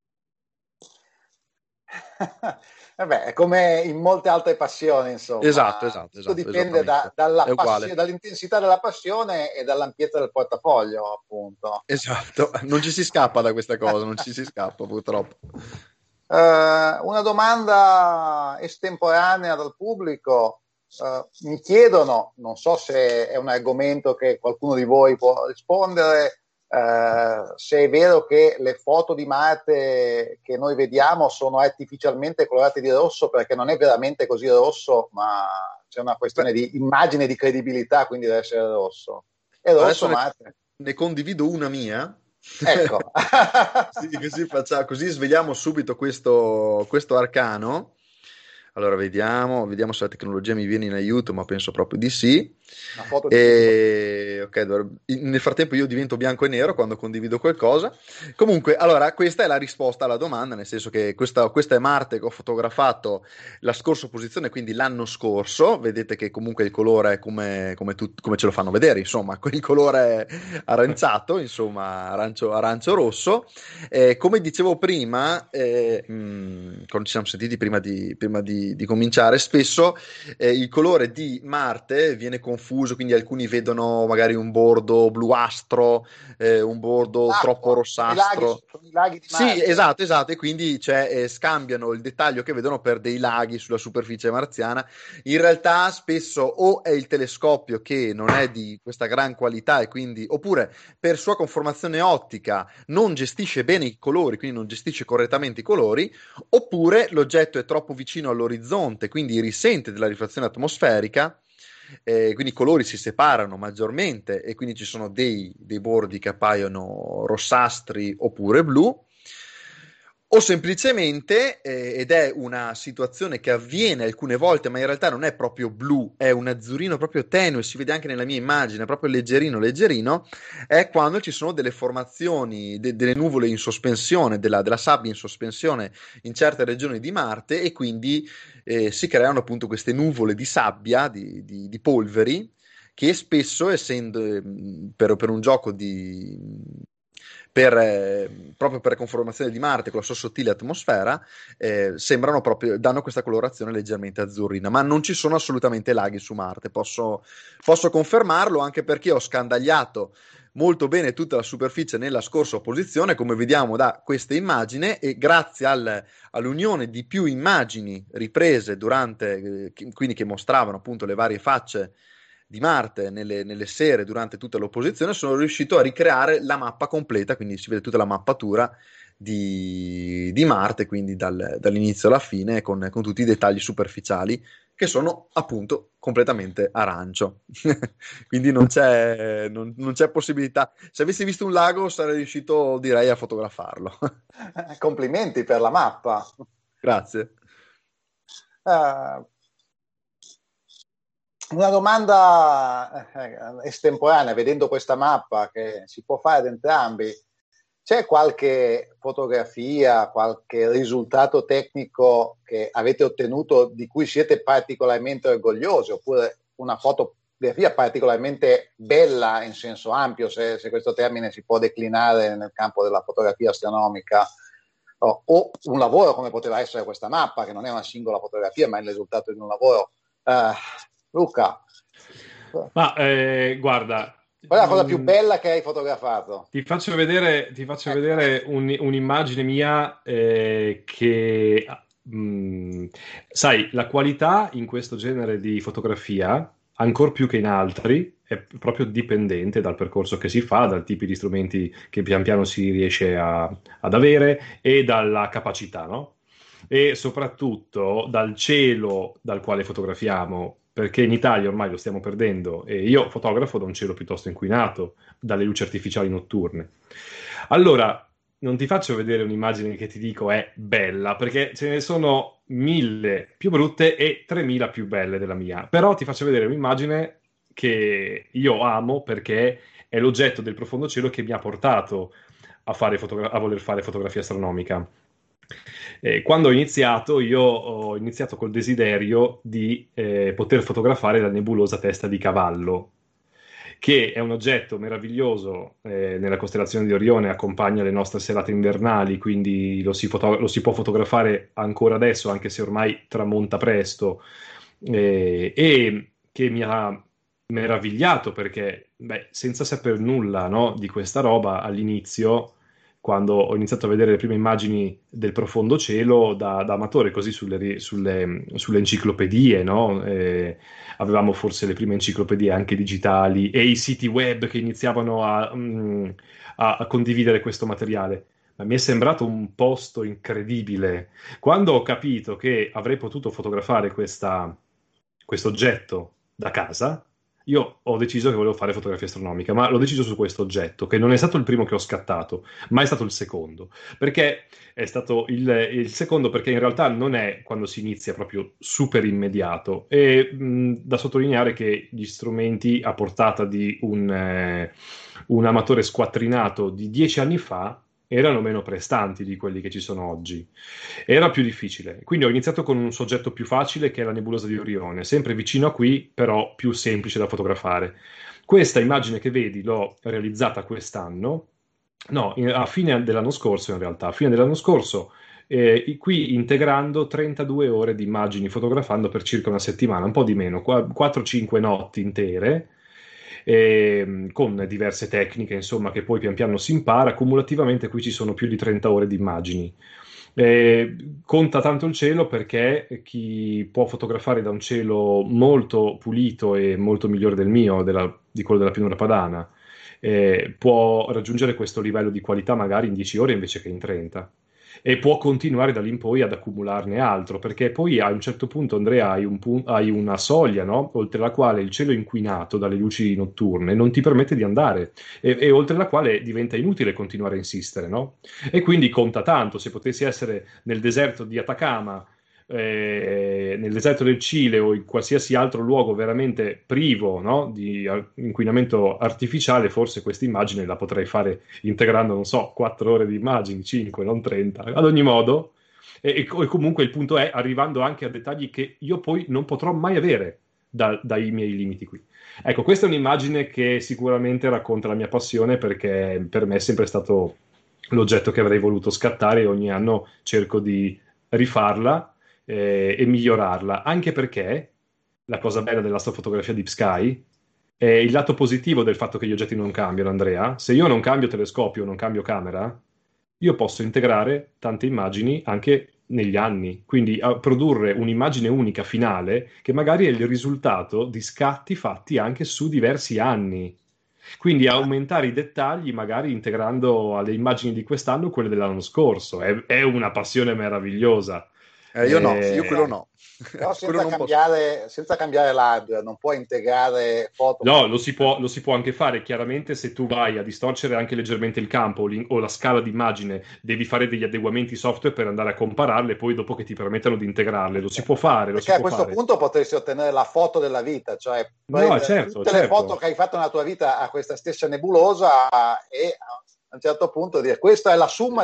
Vabbè, è come in molte altre passioni, insomma, Esatto, esatto, tutto esatto, dipende da- è dalla uguale. passi- dall'intensità della passione e dall'ampiezza del portafoglio, appunto. Esatto, non ci si scappa da questa cosa, non ci si scappa purtroppo. Eh, una domanda estemporanea dal pubblico. Eh, mi chiedono, non so se è un argomento che qualcuno di voi può rispondere, eh, se è vero che le foto di Marte che noi vediamo sono artificialmente colorate di rosso, perché non è veramente così rosso, ma c'è una questione Beh, di immagine di credibilità, quindi deve essere rosso. È adesso rosso ne, Marte? ne condivido una mia. Ecco. Sì, così, facciamo, così svegliamo subito questo, questo arcano. Allora, vediamo, vediamo se la tecnologia mi viene in aiuto, ma penso proprio di sì. Una foto di Pluto. E, ok, dovrebbe- nel frattempo io divento bianco e nero quando condivido qualcosa. Comunque, allora, questa è la risposta alla domanda, nel senso che questa, questa è Marte che ho fotografato la scorsa posizione, quindi l'anno scorso. Vedete che comunque il colore è come, come, tut- come ce lo fanno vedere, insomma, il colore aranciato, insomma, arancio, arancio rosso. Eh, come dicevo prima, eh, mh, quando ci siamo sentiti prima di, prima di, di cominciare, spesso eh, il colore di Marte viene confuso, quindi alcuni vedono magari un bordo bluastro, eh, un bordo troppo L'acqua, sono i laghi, rossastro. sono i laghi di Sì, Marte. esatto, esatto, e quindi cioè, eh, scambiano il dettaglio che vedono per dei laghi sulla superficie marziana. In realtà spesso o è il telescopio che non è di questa gran qualità e quindi, oppure per sua conformazione ottica non gestisce bene i colori, quindi non gestisce correttamente i colori, oppure l'oggetto è troppo vicino all'orizzonte, quindi risente della rifrazione atmosferica, eh, quindi i colori si separano maggiormente e quindi ci sono dei, dei bordi che appaiono rossastri oppure blu. o semplicemente, eh, ed è una situazione che avviene alcune volte, ma in realtà non è proprio blu, è un azzurrino proprio tenue, si vede anche nella mia immagine, proprio leggerino, leggerino, è quando ci sono delle formazioni, de- delle nuvole in sospensione, della, della sabbia in sospensione in certe regioni di Marte, e quindi eh, si creano appunto queste nuvole di sabbia, di, di- di polveri, che spesso, essendo eh, per, per un gioco di per, eh, proprio per conformazione di Marte con la sua sottile atmosfera, eh, sembrano proprio, danno questa colorazione leggermente azzurrina, ma non ci sono assolutamente laghi su Marte, posso, posso confermarlo, anche perché ho scandagliato molto bene tutta la superficie nella scorsa posizione, come vediamo da questa immagine, e grazie al, all'unione di più immagini riprese durante, eh, quindi che mostravano appunto le varie facce di Marte nelle, nelle sere durante tutta l'opposizione, sono riuscito a ricreare la mappa completa, quindi si vede tutta la mappatura di, di Marte, quindi dal, dall'inizio alla fine, con, con tutti i dettagli superficiali che sono appunto completamente arancio. Quindi non c'è, non, non c'è possibilità. Se avessi visto un lago sarei riuscito, direi, a fotografarlo. Complimenti per la mappa. Grazie. Uh, una domanda eh, estemporanea, vedendo questa mappa che si può fare ad entrambi, c'è qualche fotografia, qualche risultato tecnico che avete ottenuto di cui siete particolarmente orgogliosi, oppure una fotografia particolarmente bella in senso ampio, se, se questo termine si può declinare nel campo della fotografia astronomica, o, o un lavoro come poteva essere questa mappa, che non è una singola fotografia, ma è il risultato di un lavoro. Uh, Luca, ma eh, guarda, qual è la cosa più bella che hai fotografato? Ti faccio vedere, ti faccio ecco. vedere un, un'immagine mia eh, che, mh, sai, la qualità in questo genere di fotografia, ancor più che in altri, è proprio dipendente dal percorso che si fa, dal tipo di strumenti che pian piano si riesce a, ad avere e dalla capacità, no? E soprattutto dal cielo dal quale fotografiamo, perché in Italia ormai lo stiamo perdendo e io fotografo da un cielo piuttosto inquinato, dalle luci artificiali notturne. Allora, non ti faccio vedere un'immagine che ti dico è bella, perché ce ne sono mille più brutte e tremila più belle della mia, però ti faccio vedere un'immagine che io amo perché è l'oggetto del profondo cielo che mi ha portato a, fare fotogra- a voler fare fotografia astronomica. Eh, quando ho iniziato, io ho iniziato col desiderio di eh, poter fotografare la nebulosa Testa di Cavallo, che è un oggetto meraviglioso eh, nella costellazione di Orione, accompagna le nostre serate invernali, quindi lo si, foto- lo si può fotografare ancora adesso, anche se ormai tramonta presto, eh, e che mi ha meravigliato perché, beh, senza saper nulla, no, di questa roba all'inizio, quando ho iniziato a vedere le prime immagini del profondo cielo da, da amatore, così sulle, sulle, sulle enciclopedie, no? Eh, avevamo forse le prime enciclopedie anche digitali e i siti web che iniziavano a, mm, a, a condividere questo materiale. Ma mi è sembrato un posto incredibile. Quando ho capito che avrei potuto fotografare questa, questo oggetto da casa, io ho deciso che volevo fare fotografia astronomica, ma l'ho deciso su questo oggetto, che non è stato il primo che ho scattato, ma è stato il secondo. Perché è stato il, il secondo? Perché in realtà non è quando si inizia proprio super immediato. E mh, da sottolineare che gli strumenti a portata di un, eh, un amatore squattrinato di dieci anni fa erano meno prestanti di quelli che ci sono oggi. Era più difficile. Quindi ho iniziato con un soggetto più facile che è la nebulosa di Orione, sempre vicino a qui, però più semplice da fotografare. Questa immagine che vedi l'ho realizzata quest'anno, no, in- a fine dell'anno scorso in realtà, a fine dell'anno scorso, eh, qui integrando trentadue ore di immagini, fotografando per circa una settimana, un po' di meno, quattro cinque notti intere, ehm, con diverse tecniche, insomma, che poi pian piano si impara. Cumulativamente qui ci sono più di trenta ore di immagini. Eh, conta tanto il cielo perché chi può fotografare da un cielo molto pulito e molto migliore del mio, della- di quello della pianura padana, eh, può raggiungere questo livello di qualità magari in dieci ore invece che in trenta. e può continuare da lì in poi ad accumularne altro, perché poi a un certo punto, Andrea, hai, un pu- hai una soglia, no? Oltre la quale il cielo inquinato dalle luci notturne non ti permette di andare e, e oltre la quale diventa inutile continuare a insistere, no? E quindi conta tanto. Se potessi essere nel deserto di Atacama, eh, nel deserto del Cile o in qualsiasi altro luogo veramente privo, no, di ar- inquinamento artificiale, forse questa immagine la potrei fare integrando, non so, quattro ore di immagini, cinque, non trenta. Ad ogni modo, e, e co- e comunque il punto è arrivando anche a dettagli che io poi non potrò mai avere da- dai miei limiti qui. Ecco, questa è un'immagine che sicuramente racconta la mia passione, perché per me è sempre stato l'oggetto che avrei voluto scattare e ogni anno cerco di rifarla eh, e migliorarla, anche perché la cosa bella dell'astrofotografia Deep Sky è il lato positivo del fatto che gli oggetti non cambiano, Andrea. Se io non cambio telescopio, non cambio camera, io posso integrare tante immagini anche negli anni, quindi a produrre un'immagine unica finale che magari è il risultato di scatti fatti anche su diversi anni. Quindi aumentare i dettagli, magari integrando alle immagini di quest'anno quelle dell'anno scorso. È, è una passione meravigliosa. Eh, io no, io quello Eh, no. Però Quello senza non posso. cambiare, senza cambiare l'hardware, non puoi integrare foto. No, lo si può, lo si può anche fare. Chiaramente, se tu vai a distorcere anche leggermente il campo o, l'in- o la scala d'immagine, devi fare degli adeguamenti software per andare a compararle, poi dopo che ti permettano di integrarle. Lo si può fare, lo si Perché a può questo fare. punto potresti ottenere la foto della vita, cioè No, prendere certo, tutte le foto certo. che hai fatto nella tua vita a questa stessa nebulosa e a un certo punto dire questa è la somma.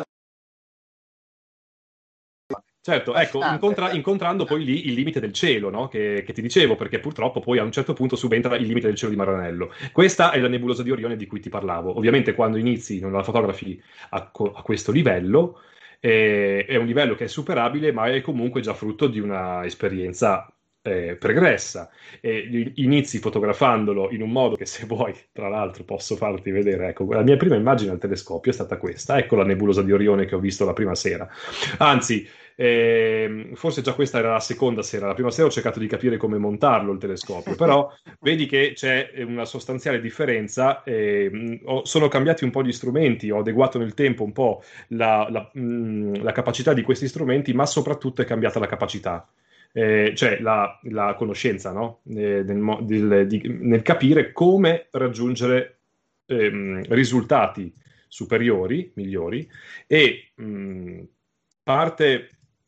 Certo, ecco, Affascinante. incontra- incontrando poi lì il limite del cielo, no? Che, che ti dicevo, perché purtroppo poi a un certo punto subentra il limite del cielo di Maranello. Questa è la nebulosa di Orione di cui ti parlavo. Ovviamente quando inizi, non la fotografi a, co- a questo livello, eh, è un livello che è superabile, ma è comunque già frutto di una esperienza eh, pregressa. E inizi fotografandolo in un modo che, se vuoi, tra l'altro, posso farti vedere. Ecco, la mia prima immagine al telescopio è stata questa. Ecco la nebulosa di Orione che ho visto la prima sera. Anzi, eh, forse già questa era la seconda sera. La prima sera ho cercato di capire come montarlo il telescopio, però vedi che c'è una sostanziale differenza. Eh, mh, ho- sono cambiati un po' gli strumenti, ho adeguato nel tempo un po' la, la- mh, la capacità di questi strumenti, ma soprattutto è cambiata la capacità. Eh, cioè la, la conoscenza, no? Eh, nel, mo- del- di- nel capire come raggiungere ehm, risultati superiori, migliori, e mh, parte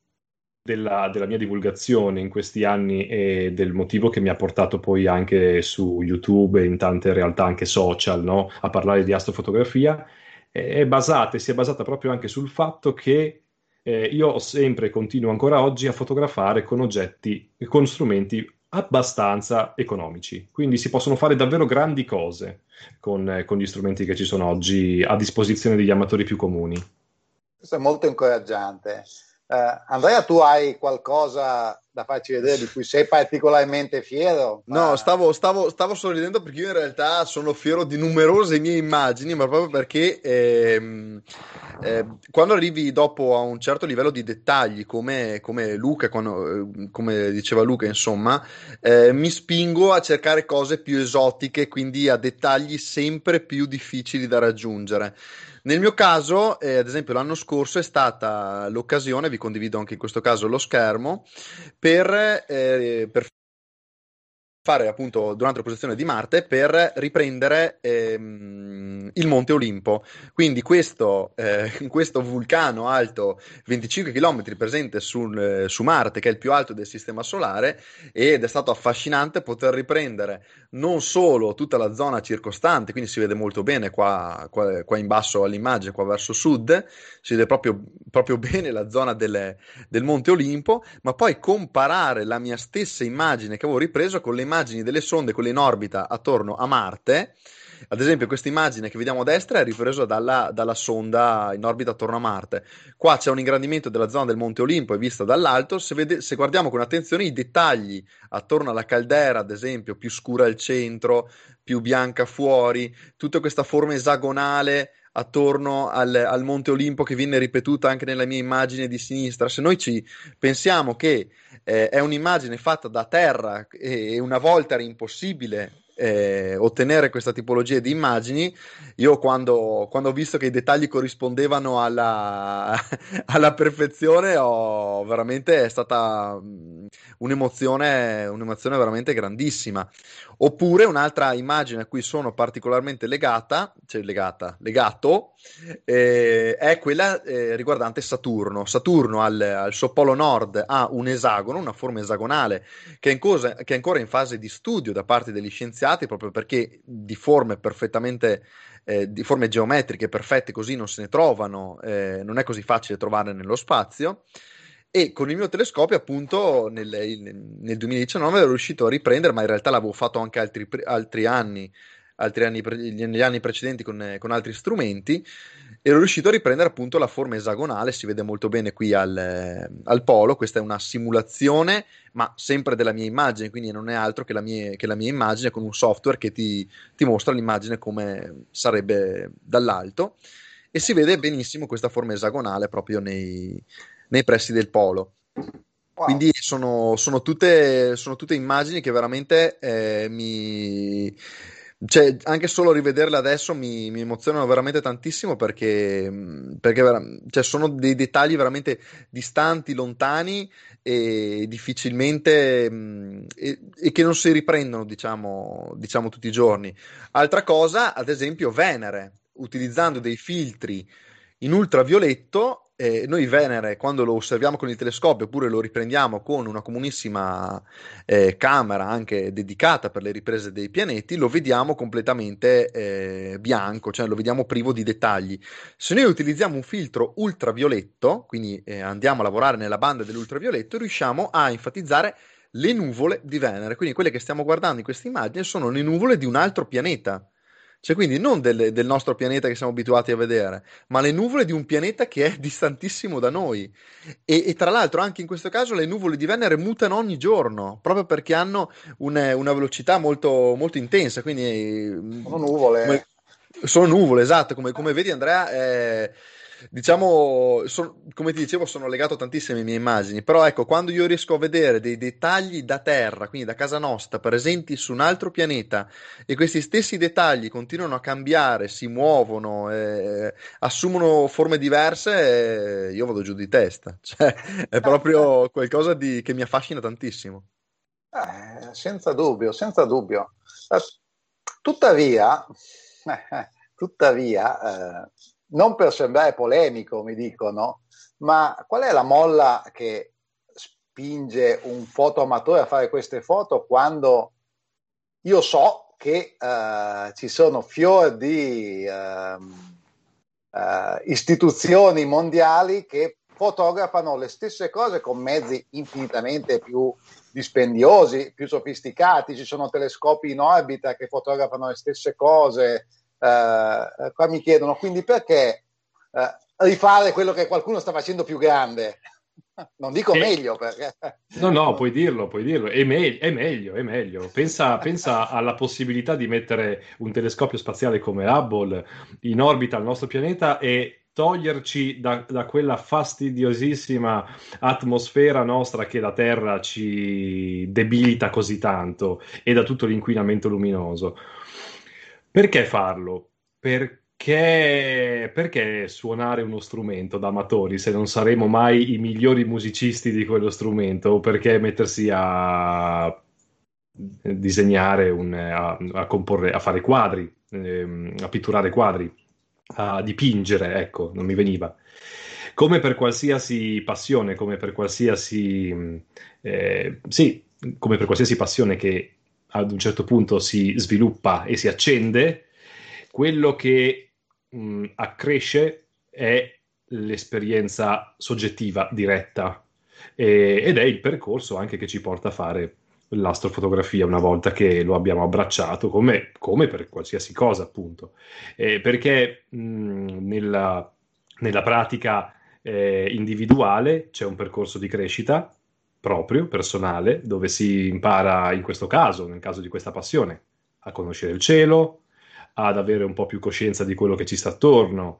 della, della mia divulgazione in questi anni e del motivo che mi ha portato poi anche su YouTube e in tante realtà anche social, no, a parlare di astrofotografia, è è basata e si è basata proprio anche sul fatto che eh, io ho sempre e continuo ancora oggi a fotografare con oggetti, con strumenti abbastanza economici. Quindi si possono fare davvero grandi cose con, eh, con gli strumenti che ci sono oggi a disposizione degli amatori più comuni. Questo è molto incoraggiante. Eh, Andrea, tu hai qualcosa da farci vedere di cui sei particolarmente fiero? No, Ma... stavo, stavo, stavo sorridendo perché io in realtà sono fiero di numerose mie immagini, ma proprio perché ehm, eh, quando arrivi dopo a un certo livello di dettagli, come, come Luca, quando- eh, come diceva Luca, insomma, eh, mi spingo a cercare cose più esotiche, quindi a dettagli sempre più difficili da raggiungere. Nel mio caso, eh, ad esempio, l'anno scorso è stata l'occasione, vi condivido anche in questo caso lo schermo, per, eh, per fare appunto durante la posizione di Marte per riprendere ehm, il Monte Olimpo. Quindi questo, eh, questo vulcano alto venticinque chilometri presente sul, eh, su Marte, che è il più alto del Sistema Solare, ed è stato affascinante poter riprendere non solo tutta la zona circostante, quindi si vede molto bene qua, qua, qua in basso all'immagine, qua verso sud, si vede proprio, proprio bene la zona delle, del Monte Olimpo, ma poi comparare la mia stessa immagine che avevo ripreso con le immagini delle sonde, quelle in orbita attorno a Marte. Ad esempio, questa immagine che vediamo a destra è ripresa dalla, dalla sonda in orbita attorno a Marte. Qua c'è un ingrandimento della zona del Monte Olimpo, è vista dall'alto. Se, vede, se guardiamo con attenzione i dettagli attorno alla caldera, ad esempio, più scura al centro, più bianca fuori, tutta questa forma esagonale attorno al, al Monte Olimpo che viene ripetuta anche nella mia immagine di sinistra. Se noi ci pensiamo che eh, è un'immagine fatta da terra e una volta era impossibile eh, ottenere questa tipologia di immagini, io quando, quando ho visto che i dettagli corrispondevano alla, alla perfezione, ho veramente è stata mh, un'emozione, un'emozione veramente grandissima. Oppure un'altra immagine a cui sono particolarmente legata, cioè legata, legato, eh, è quella eh, riguardante Saturno. Saturno al, al suo polo nord ha un esagono, una forma esagonale che è, in cosa, che è ancora in fase di studio da parte degli scienziati, proprio perché di forme perfettamente, eh, di forme geometriche perfette così non se ne trovano, eh, non è così facile trovarne nello spazio. E con il mio telescopio, appunto, nel, nel duemiladiciannove ero riuscito a riprendere, ma in realtà l'avevo fatto anche altri, altri anni, altri anni pre- negli anni precedenti con, con altri strumenti. Ero riuscito a riprendere appunto la forma esagonale, si vede molto bene qui al, al polo. Questa è una simulazione, ma sempre della mia immagine, quindi non è altro che la mia, che la mia immagine con un software che ti, ti mostra l'immagine come sarebbe dall'alto. E si vede benissimo questa forma esagonale proprio nei, nei pressi del polo. Wow. Quindi sono, sono tutte, sono tutte immagini che veramente eh, mi... Cioè, anche solo rivederle adesso mi, mi emozionano veramente tantissimo perché, perché vera- cioè, sono dei dettagli veramente distanti, lontani e difficilmente mh, e, e che non si riprendono, diciamo, diciamo tutti i giorni. Altra cosa, ad esempio, Venere, utilizzando dei filtri in ultravioletto. Eh, noi Venere, quando lo osserviamo con il telescopio oppure lo riprendiamo con una comunissima eh, camera anche dedicata per le riprese dei pianeti, lo vediamo completamente eh, bianco, cioè lo vediamo privo di dettagli. Se noi utilizziamo un filtro ultravioletto, quindi eh, andiamo a lavorare nella banda dell'ultravioletto, riusciamo a enfatizzare le nuvole di Venere. Quindi quelle che stiamo guardando in questa immagine sono le nuvole di un altro pianeta. Cioè, quindi non del, del nostro pianeta che siamo abituati a vedere, ma le nuvole di un pianeta che è distantissimo da noi. E, e tra l'altro, anche in questo caso, le nuvole di Venere mutano ogni giorno, proprio perché hanno un- una velocità molto, molto intensa. Quindi, Sono mm, come- nuvole. sono nuvole, esatto. Come, come vedi, Andrea, eh, diciamo, son- come ti dicevo, sono legato tantissimo alle mie immagini. Però, ecco, quando io riesco a vedere dei dettagli da Terra, quindi da casa nostra, presenti su un altro pianeta, e questi stessi dettagli continuano a cambiare, si muovono, eh, assumono forme diverse, eh, io vado giù di testa. Cioè, è proprio qualcosa di- che mi affascina tantissimo. Eh, senza dubbio, senza dubbio. Eh, tuttavia, eh, eh, tuttavia eh, non per sembrare polemico, mi dicono, ma qual è la molla che spinge un fotoamatore a fare queste foto quando io so che eh, ci sono fior di ehm, eh, istituzioni mondiali che fotografano le stesse cose con mezzi infinitamente più dispendiosi, più sofisticati, ci sono telescopi in orbita che fotografano le stesse cose. Eh, qua mi chiedono quindi perché eh, rifare quello che qualcuno sta facendo più grande. Non dico E... meglio perché... No, no, puoi dirlo, puoi dirlo. È, me- è meglio, è meglio. Pensa, pensa alla possibilità di mettere un telescopio spaziale come Hubble in orbita al nostro pianeta e toglierci da, da quella fastidiosissima atmosfera nostra che la Terra ci debilita così tanto e da tutto l'inquinamento luminoso. Perché farlo? Perché, perché suonare uno strumento da amatori se non saremo mai i migliori musicisti di quello strumento? O perché mettersi a disegnare, un, a, a comporre, a fare quadri, ehm, a pitturare quadri, a dipingere, ecco, non mi veniva. Come per qualsiasi passione, come per qualsiasi, eh, sì, come per qualsiasi passione che ad un certo punto si sviluppa e si accende, quello che mh, accresce è l'esperienza soggettiva diretta e- ed è il percorso anche che ci porta a fare l'astrofotografia una volta che lo abbiamo abbracciato, come, come per qualsiasi cosa, appunto. Eh, perché mh, nella, nella pratica eh, individuale c'è un percorso di crescita proprio, personale, dove si impara, in questo caso, nel caso di questa passione, a conoscere il cielo, ad avere un po' più coscienza di quello che ci sta attorno,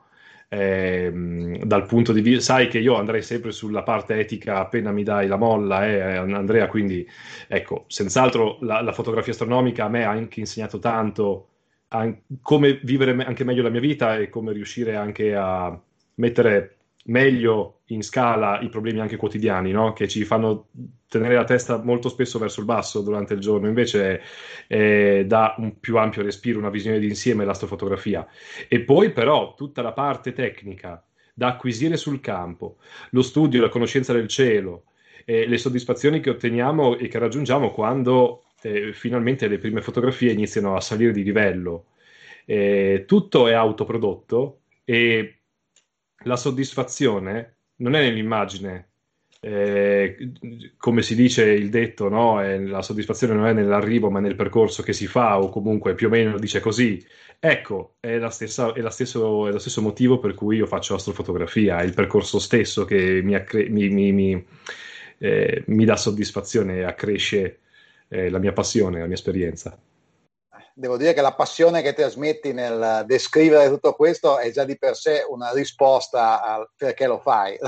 ehm, dal punto di vista, sai che io andrei sempre sulla parte etica appena mi dai la molla, eh, Andrea, quindi ecco, senz'altro la, la fotografia astronomica a me ha anche insegnato tanto an- come vivere me- anche meglio la mia vita e come riuscire anche a mettere meglio in scala i problemi anche quotidiani, no? Che ci fanno tenere la testa molto spesso verso il basso durante il giorno. Invece eh, dà un più ampio respiro, una visione d'insieme l'astrofotografia. E poi però tutta la parte tecnica da acquisire sul campo, lo studio, la conoscenza del cielo, eh, le soddisfazioni che otteniamo e che raggiungiamo quando eh, finalmente le prime fotografie iniziano a salire di livello. Eh, tutto è autoprodotto e la soddisfazione non è nell'immagine, eh, come si dice il detto, no? Eh, la soddisfazione non è nell'arrivo ma nel percorso che si fa, o comunque più o meno dice così. Ecco, è, la stessa, è, la stesso, è lo stesso motivo per cui io faccio astrofotografia, è il percorso stesso che mi, accre- mi, mi, mi, eh, mi dà soddisfazione e accresce eh, la mia passione, la mia esperienza. Devo dire che la passione che trasmetti nel descrivere tutto questo è già di per sé una risposta al perché lo fai.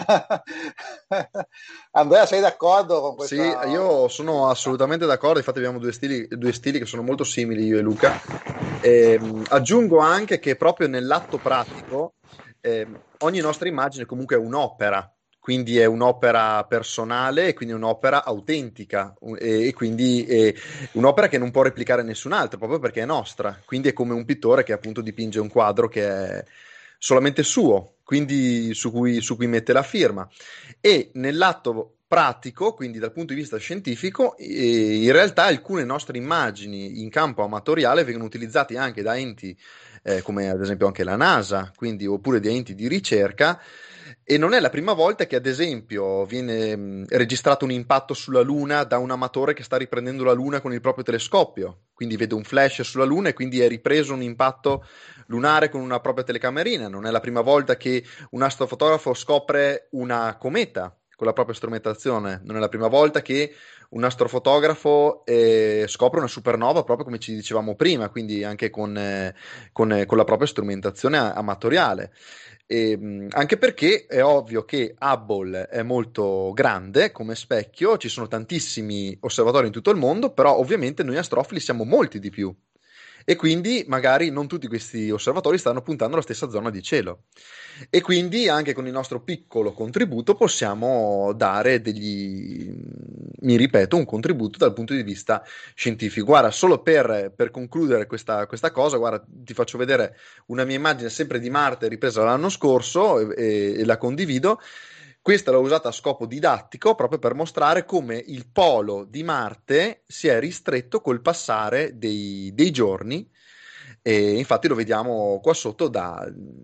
Andrea, sei d'accordo con questa? Sì, io sono assolutamente d'accordo, infatti abbiamo due stili, due stili che sono molto simili, io e Luca. E, aggiungo anche che proprio nell'atto pratico eh, ogni nostra immagine comunque è un'opera, quindi è un'opera personale e quindi un'opera autentica e, e quindi è un'opera che non può replicare nessun altro proprio perché è nostra, quindi è come un pittore che appunto dipinge un quadro che è solamente suo, quindi su cui, su cui mette la firma. E nell'atto pratico, quindi dal punto di vista scientifico, eh, in realtà alcune nostre immagini in campo amatoriale vengono utilizzate anche da enti eh, come ad esempio anche la NASA, quindi, oppure di enti di ricerca. E non è la prima volta che, ad esempio, viene mh, registrato un impatto sulla Luna da un amatore che sta riprendendo la Luna con il proprio telescopio. Quindi vede un flash sulla Luna e quindi è ripreso un impatto lunare con una propria telecamerina. Non è la prima volta che un astrofotografo scopre una cometa con la propria strumentazione. Non è la prima volta che un astrofotografo eh, scopre una supernova, proprio come ci dicevamo prima, quindi anche con, eh, con, eh, con la propria strumentazione amatoriale. E, mh, anche perché è ovvio che Hubble è molto grande come specchio, ci sono tantissimi osservatori in tutto il mondo, però ovviamente noi astrofili siamo molti di più e quindi magari non tutti questi osservatori stanno puntando alla stessa zona di cielo. E quindi anche con il nostro piccolo contributo possiamo dare degli, mi ripeto, un contributo dal punto di vista scientifico. Guarda, solo per, per concludere questa, questa cosa, guarda, ti faccio vedere una mia immagine sempre di Marte ripresa l'anno scorso e, e, e la condivido. Questa l'ho usata a scopo didattico proprio per mostrare come il polo di Marte si è ristretto col passare dei, dei giorni e infatti lo vediamo qua sotto da...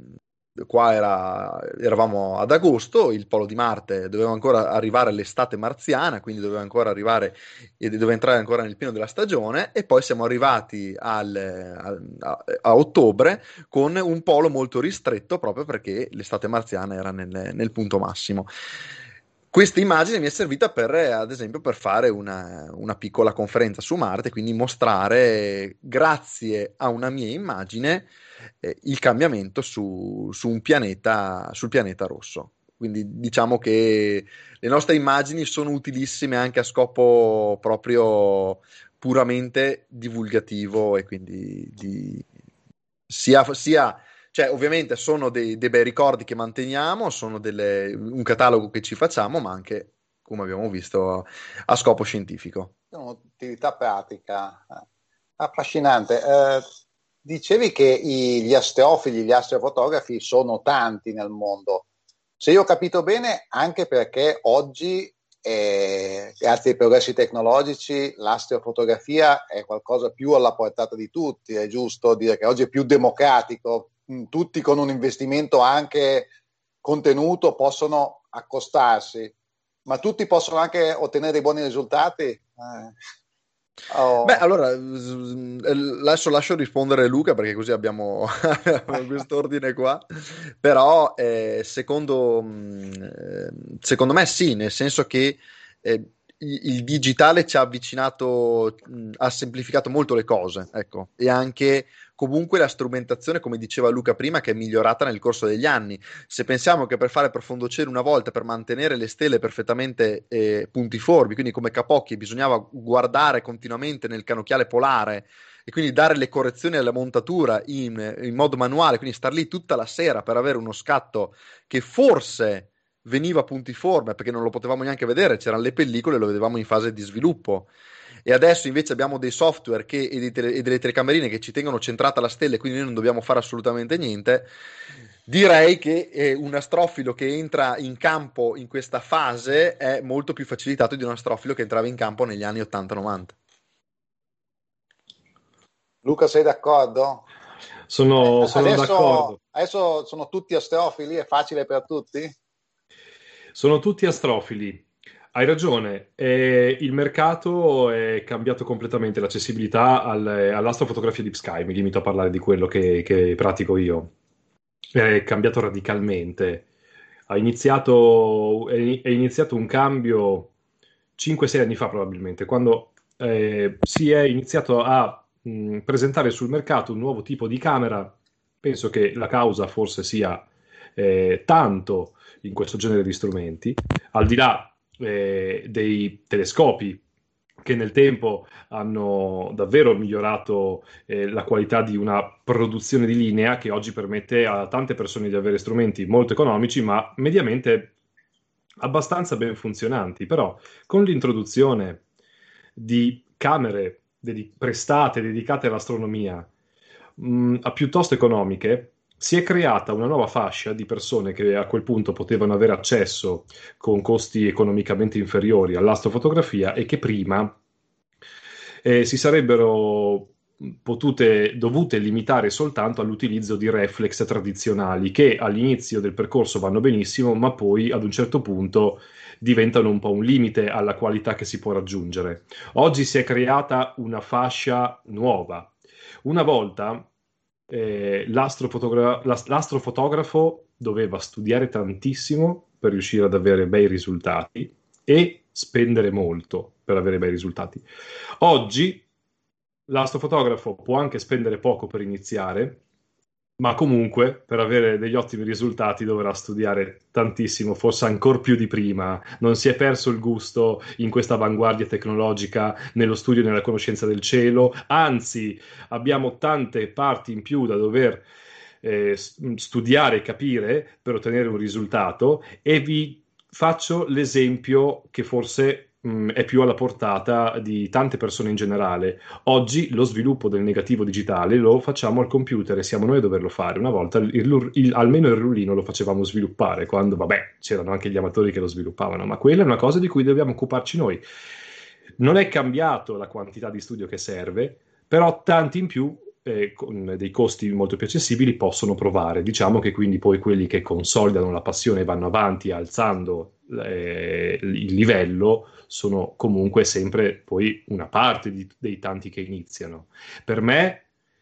Qua era, eravamo ad agosto, il polo di Marte doveva ancora arrivare l'estate marziana, quindi doveva ancora arrivare e doveva entrare ancora nel pieno della stagione, e poi siamo arrivati al, a, a ottobre con un polo molto ristretto proprio perché l'estate marziana era nel, nel punto massimo. Questa immagine mi è servita per, ad esempio, per fare una, una piccola conferenza su Marte, quindi mostrare, grazie a una mia immagine, eh, il cambiamento su, su un pianeta, sul pianeta rosso. Quindi diciamo che le nostre immagini sono utilissime anche a scopo proprio puramente divulgativo e quindi di, sia, sia cioè ovviamente sono dei, dei bei ricordi che manteniamo, sono delle, un catalogo che ci facciamo, ma anche, come abbiamo visto, a scopo scientifico. È un'utilità pratica affascinante. Eh, dicevi che i, gli astrofili, gli astrofotografi sono tanti nel mondo. Se io ho capito bene, anche perché oggi, eh, grazie ai progressi tecnologici, l'astrofotografia è qualcosa più alla portata di tutti. È giusto dire che oggi è più democratico. Tutti con un investimento anche contenuto possono accostarsi, ma tutti possono anche ottenere dei buoni risultati. Eh. Oh. Beh, allora adesso lascio rispondere Luca perché così abbiamo quest'ordine qua. Però eh, secondo, secondo me sì, nel senso che eh, il, il digitale ci ha avvicinato, mh, ha semplificato molto le cose, ecco, e anche comunque la strumentazione, come diceva Luca prima, che è migliorata nel corso degli anni. Se pensiamo che per fare profondo cielo una volta, per mantenere le stelle perfettamente eh, puntiformi, quindi come capocchi, bisognava guardare continuamente nel cannocchiale polare e quindi dare le correzioni alla montatura in, in modo manuale, quindi star lì tutta la sera per avere uno scatto che forse veniva puntiforme perché non lo potevamo neanche vedere, c'erano le pellicole, lo vedevamo in fase di sviluppo. E adesso invece abbiamo dei software che, e, dei tele, e delle telecamerine che ci tengono centrata la stella e quindi noi non dobbiamo fare assolutamente niente. Direi che eh, un astrofilo che entra in campo in questa fase è molto più facilitato di un astrofilo che entrava in campo negli anni ottanta novanta. Luca, sei d'accordo? Sono, Eh, sono adesso, d'accordo. adesso sono tutti astrofili, è facile per tutti? Sono tutti astrofili. Hai ragione, eh, il mercato è cambiato completamente, l'accessibilità al- all'astrofotografia Deep Sky, mi limito a parlare di quello che, che pratico io, è cambiato radicalmente. Ha iniziato, è, è iniziato un cambio cinque sei anni fa probabilmente, quando eh, si è iniziato a mh, presentare sul mercato un nuovo tipo di camera. Penso che la causa forse sia eh, tanto in questo genere di strumenti, al di là eh, dei telescopi che nel tempo hanno davvero migliorato eh, la qualità di una produzione di linea che oggi permette a tante persone di avere strumenti molto economici, ma mediamente abbastanza ben funzionanti. Però con l'introduzione di camere dedi- prestate, dedicate all'astronomia, mh, a piuttosto economiche, si è creata una nuova fascia di persone che a quel punto potevano avere accesso con costi economicamente inferiori all'astrofotografia e che prima eh, si sarebbero potute, dovute limitare soltanto all'utilizzo di reflex tradizionali che all'inizio del percorso vanno benissimo, ma poi ad un certo punto diventano un po' un limite alla qualità che si può raggiungere. Oggi si è creata una fascia nuova. Una volta eh, l'astrofotogra- l'ast- l'astrofotografo doveva studiare tantissimo per riuscire ad avere bei risultati e spendere molto per avere bei risultati. Oggi l'astrofotografo può anche spendere poco per iniziare, ma comunque per avere degli ottimi risultati dovrà studiare tantissimo, forse ancora più di prima. Non si è perso il gusto in questa avanguardia tecnologica nello studio e nella conoscenza del cielo, anzi abbiamo tante parti in più da dover eh, studiare e capire per ottenere un risultato, e vi faccio l'esempio che forse mh, è più alla portata di tante persone in generale. Oggi lo sviluppo del negativo digitale lo facciamo al computer e siamo noi a doverlo fare. Una volta il, il, il, almeno il rullino lo facevamo sviluppare, quando vabbè c'erano anche gli amatori che lo sviluppavano, ma quella è una cosa di cui dobbiamo occuparci noi. Non è cambiato la quantità di studio che serve, però tanti in più eh, con dei costi molto più accessibili possono provare. Diciamo che quindi poi quelli che consolidano la passione e vanno avanti alzando eh, il livello sono comunque sempre poi una parte di, dei tanti che iniziano. Per me,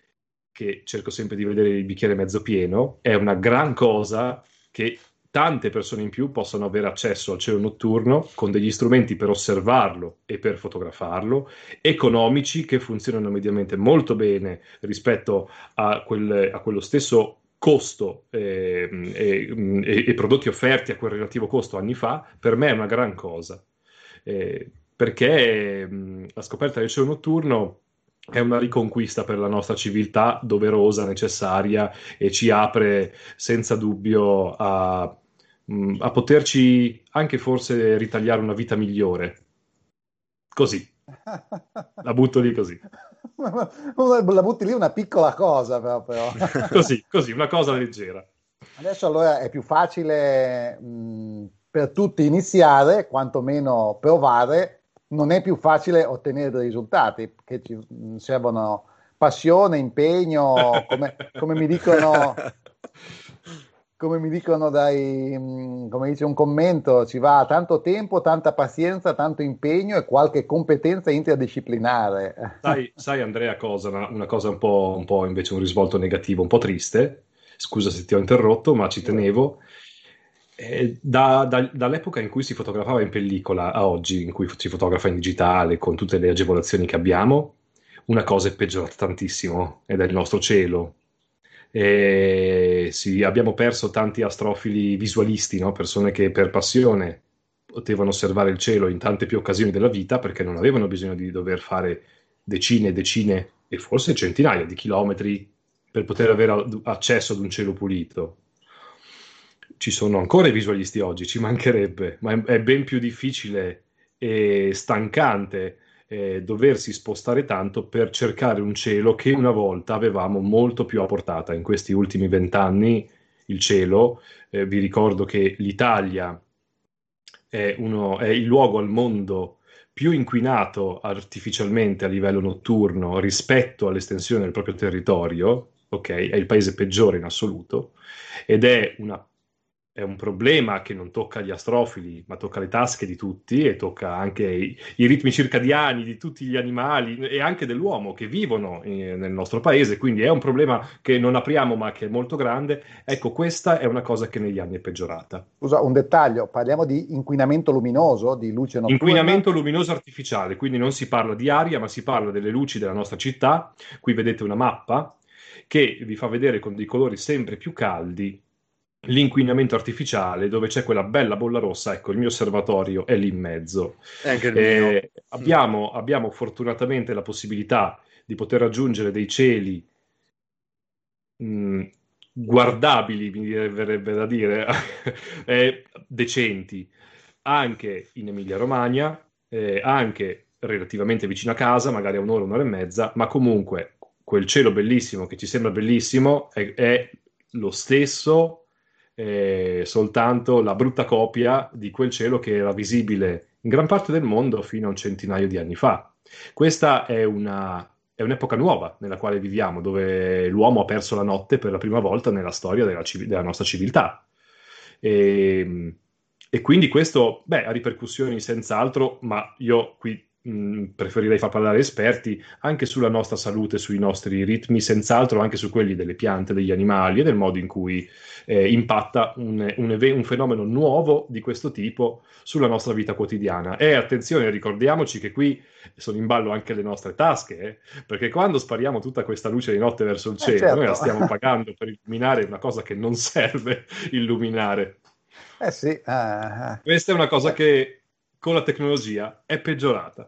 che cerco sempre di vedere il bicchiere mezzo pieno, è una gran cosa che tante persone in più possano avere accesso al cielo notturno con degli strumenti per osservarlo e per fotografarlo, economici, che funzionano mediamente molto bene rispetto a, quel, a quello stesso costo eh, e, e, e prodotti offerti a quel relativo costo anni fa. Per me è una gran cosa. Eh, perché mh, la scoperta del cielo notturno è una riconquista per la nostra civiltà doverosa, necessaria, e ci apre senza dubbio a, mh, a poterci anche forse ritagliare una vita migliore. Così, la butto lì così. La butti lì una piccola cosa proprio. Così, così, una cosa leggera. Adesso allora è più facile mh, per tutti iniziare, quantomeno provare, non è più facile ottenere dei risultati, perché ci mh, servono passione, impegno, come, come mi dicono, come mi dicono dai, mh, come dice un commento, ci va tanto tempo, tanta pazienza, tanto impegno e qualche competenza interdisciplinare. Sai, sai Andrea cosa? Una, una cosa un po', un po' invece un risvolto negativo, un po' triste. Scusa se ti ho interrotto, ma ci tenevo. Eh, da- da- dall'epoca in cui si fotografava in pellicola a oggi, in cui si fotografa in digitale con tutte le agevolazioni che abbiamo, una cosa è peggiorata tantissimo ed è il nostro cielo. E sì, abbiamo perso tanti astrofili visualisti, no? Persone che per passione potevano osservare il cielo in tante più occasioni della vita perché non avevano bisogno di dover fare decine e decine e forse centinaia di chilometri per poter avere a- accesso ad un cielo pulito. Ci sono ancora i visualisti oggi, ci mancherebbe, ma è, è ben più difficile e stancante eh, doversi spostare tanto per cercare un cielo che una volta avevamo molto più a portata. In questi ultimi vent'anni il cielo, eh, vi ricordo che l'Italia è, uno, è il luogo al mondo più inquinato artificialmente a livello notturno rispetto all'estensione del proprio territorio, ok? È il paese peggiore in assoluto ed è una è un problema che non tocca gli astrofili, ma tocca le tasche di tutti e tocca anche i, i ritmi circadiani di tutti gli animali e anche dell'uomo che vivono in- nel nostro paese. Quindi è un problema che non apriamo, ma che è molto grande. Ecco, questa è una cosa che negli anni è peggiorata. Scusa, un dettaglio, parliamo di inquinamento luminoso, di luce notturna. Inquinamento luminoso artificiale, quindi non si parla di aria, ma si parla delle luci della nostra città. Qui vedete una mappa che vi fa vedere con dei colori sempre più caldi l'inquinamento artificiale dove c'è quella bella bolla rossa. Ecco, il mio osservatorio è lì in mezzo. È anche il mio. Eh, abbiamo, abbiamo fortunatamente la possibilità di poter raggiungere dei cieli mh, guardabili, mi verrebbe da dire, eh, decenti, anche in Emilia-Romagna, eh, anche relativamente vicino a casa, magari a un'ora, un'ora e mezza, ma comunque quel cielo bellissimo che ci sembra bellissimo è, è lo stesso, eh, soltanto la brutta copia di quel cielo che era visibile in gran parte del mondo fino a un centinaio di anni fa. Questa è una, è un'epoca nuova nella quale viviamo, dove l'uomo ha perso la notte per la prima volta nella storia della, civi- della nostra civiltà. E, e quindi questo, beh, ha ripercussioni senz'altro, ma io qui mh, preferirei far parlare esperti anche sulla nostra salute, sui nostri ritmi, senz'altro anche su quelli delle piante, degli animali e del modo in cui eh, impatta un, un eve- un fenomeno nuovo di questo tipo sulla nostra vita quotidiana. E attenzione, ricordiamoci che qui sono in ballo anche le nostre tasche, eh, perché quando spariamo tutta questa luce di notte verso il Eh cielo, noi la certo, stiamo pagando per illuminare una cosa che non serve illuminare. eh sì, eh, eh. Questa è una cosa che con la tecnologia è peggiorata.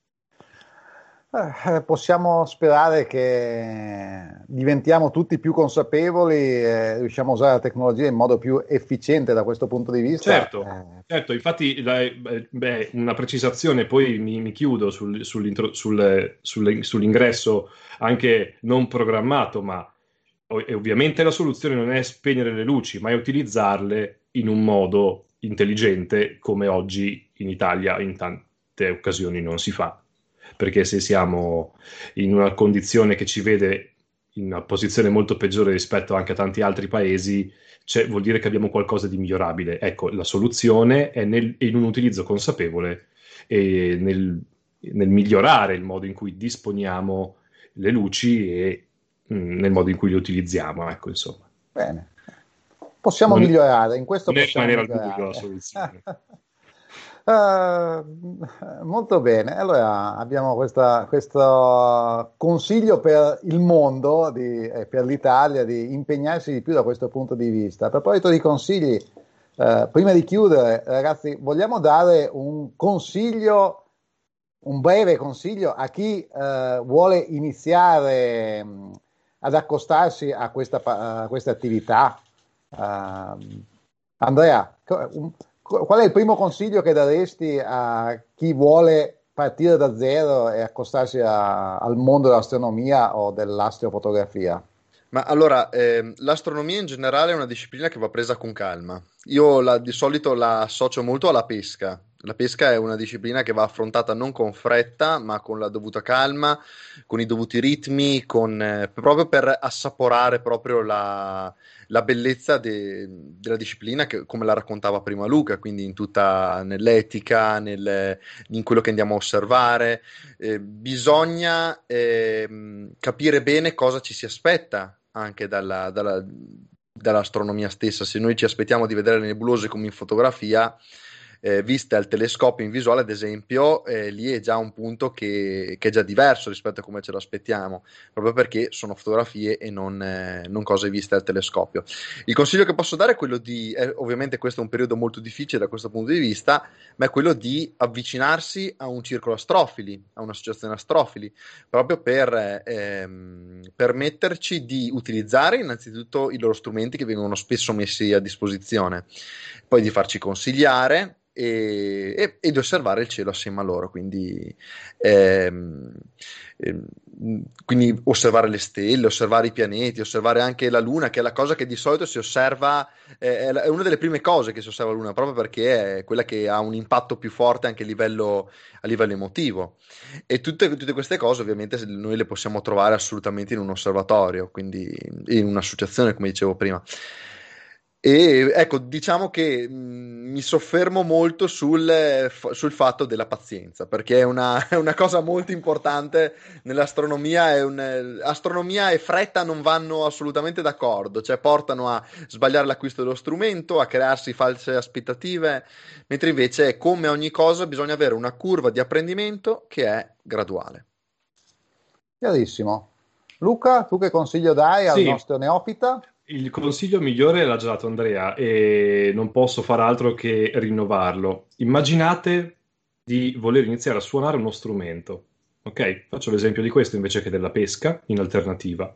Eh, possiamo sperare che diventiamo tutti più consapevoli e riusciamo a usare la tecnologia in modo più efficiente da questo punto di vista. Certo, Eh, certo, infatti la- eh, beh, una precisazione, poi mi, mi chiudo sul- sull'intro- sul- sulle- sull'ingresso anche non programmato, ma ov- e ovviamente la soluzione non è spegnere le luci, ma è utilizzarle in un modo intelligente come oggi in Italia in tante occasioni non si fa. Perché se siamo in una condizione che ci vede in una posizione molto peggiore rispetto anche a tanti altri paesi, c'è- vuol dire che abbiamo qualcosa di migliorabile. Ecco, la soluzione è nel- in un utilizzo consapevole e nel, nel migliorare il modo in cui disponiamo le luci e mh, nel modo in cui le utilizziamo. Ecco, insomma, bene, possiamo non, migliorare, in questo non è possiamo rimanere al buio la migliorare. soluzione. Eh, molto bene, allora abbiamo questa- questo consiglio per il mondo di- e per l'Italia di impegnarsi di più da questo punto di vista. A proposito di consigli, eh, prima di chiudere, ragazzi, vogliamo dare un consiglio, un breve consiglio a chi eh, vuole iniziare mh, ad accostarsi a questa, pa- a queste attività? Uh, Andrea, co- un- qual è il primo consiglio che daresti a chi vuole partire da zero e accostarsi a- al mondo dell'astronomia o dell'astrofotografia? Ma allora, ehm, l'astronomia in generale è una disciplina che va presa con calma. Io la- di solito la associo molto alla pesca. La pesca è una disciplina che va affrontata non con fretta, ma con la dovuta calma, con i dovuti ritmi, con, eh, proprio per assaporare proprio la, la bellezza de- della disciplina, che, come la raccontava prima Luca, quindi in tutta nell'etica, nel- in quello che andiamo a osservare. Eh, bisogna ehm, capire bene cosa ci si aspetta anche dalla, dalla- dell'astronomia stessa. Se noi ci aspettiamo di vedere le nebulose come in fotografia, eh, viste al telescopio in visuale, ad esempio, eh, lì è già un punto che, che è già diverso rispetto a come ce lo aspettiamo, proprio perché sono fotografie e non, eh, non cose viste al telescopio. Il consiglio che posso dare è quello di, eh, ovviamente questo è un periodo molto difficile da questo punto di vista, ma è quello di avvicinarsi a un circolo astrofili, a un'associazione astrofili, proprio per ehm, permetterci di utilizzare innanzitutto i loro strumenti che vengono spesso messi a disposizione, poi di farci consigliare e, e, ed osservare il cielo assieme a loro, quindi, ehm, ehm, quindi osservare le stelle, osservare i pianeti, osservare anche la Luna, che è la cosa che di solito si osserva, eh, è una delle prime cose che si osserva la Luna, proprio perché è quella che ha un impatto più forte anche a livello, a livello emotivo. E tutte, tutte queste cose ovviamente noi le possiamo trovare assolutamente in un osservatorio, quindi in un'associazione, come dicevo prima. E ecco, diciamo che mh, mi soffermo molto sul, f- sul fatto della pazienza, perché è una, è una cosa molto importante nell'astronomia. È un, eh, astronomia e fretta non vanno assolutamente d'accordo, cioè portano a sbagliare l'acquisto dello strumento, a crearsi false aspettative, mentre invece, come ogni cosa, bisogna avere una curva di apprendimento che è graduale. Chiarissimo. Luca, tu che consiglio dai al Sì. nostro neofita? Il consiglio migliore l'ha già dato Andrea e non posso far altro che rinnovarlo. Immaginate di voler iniziare a suonare uno strumento, ok? Faccio l'esempio di questo invece che della pesca, in alternativa.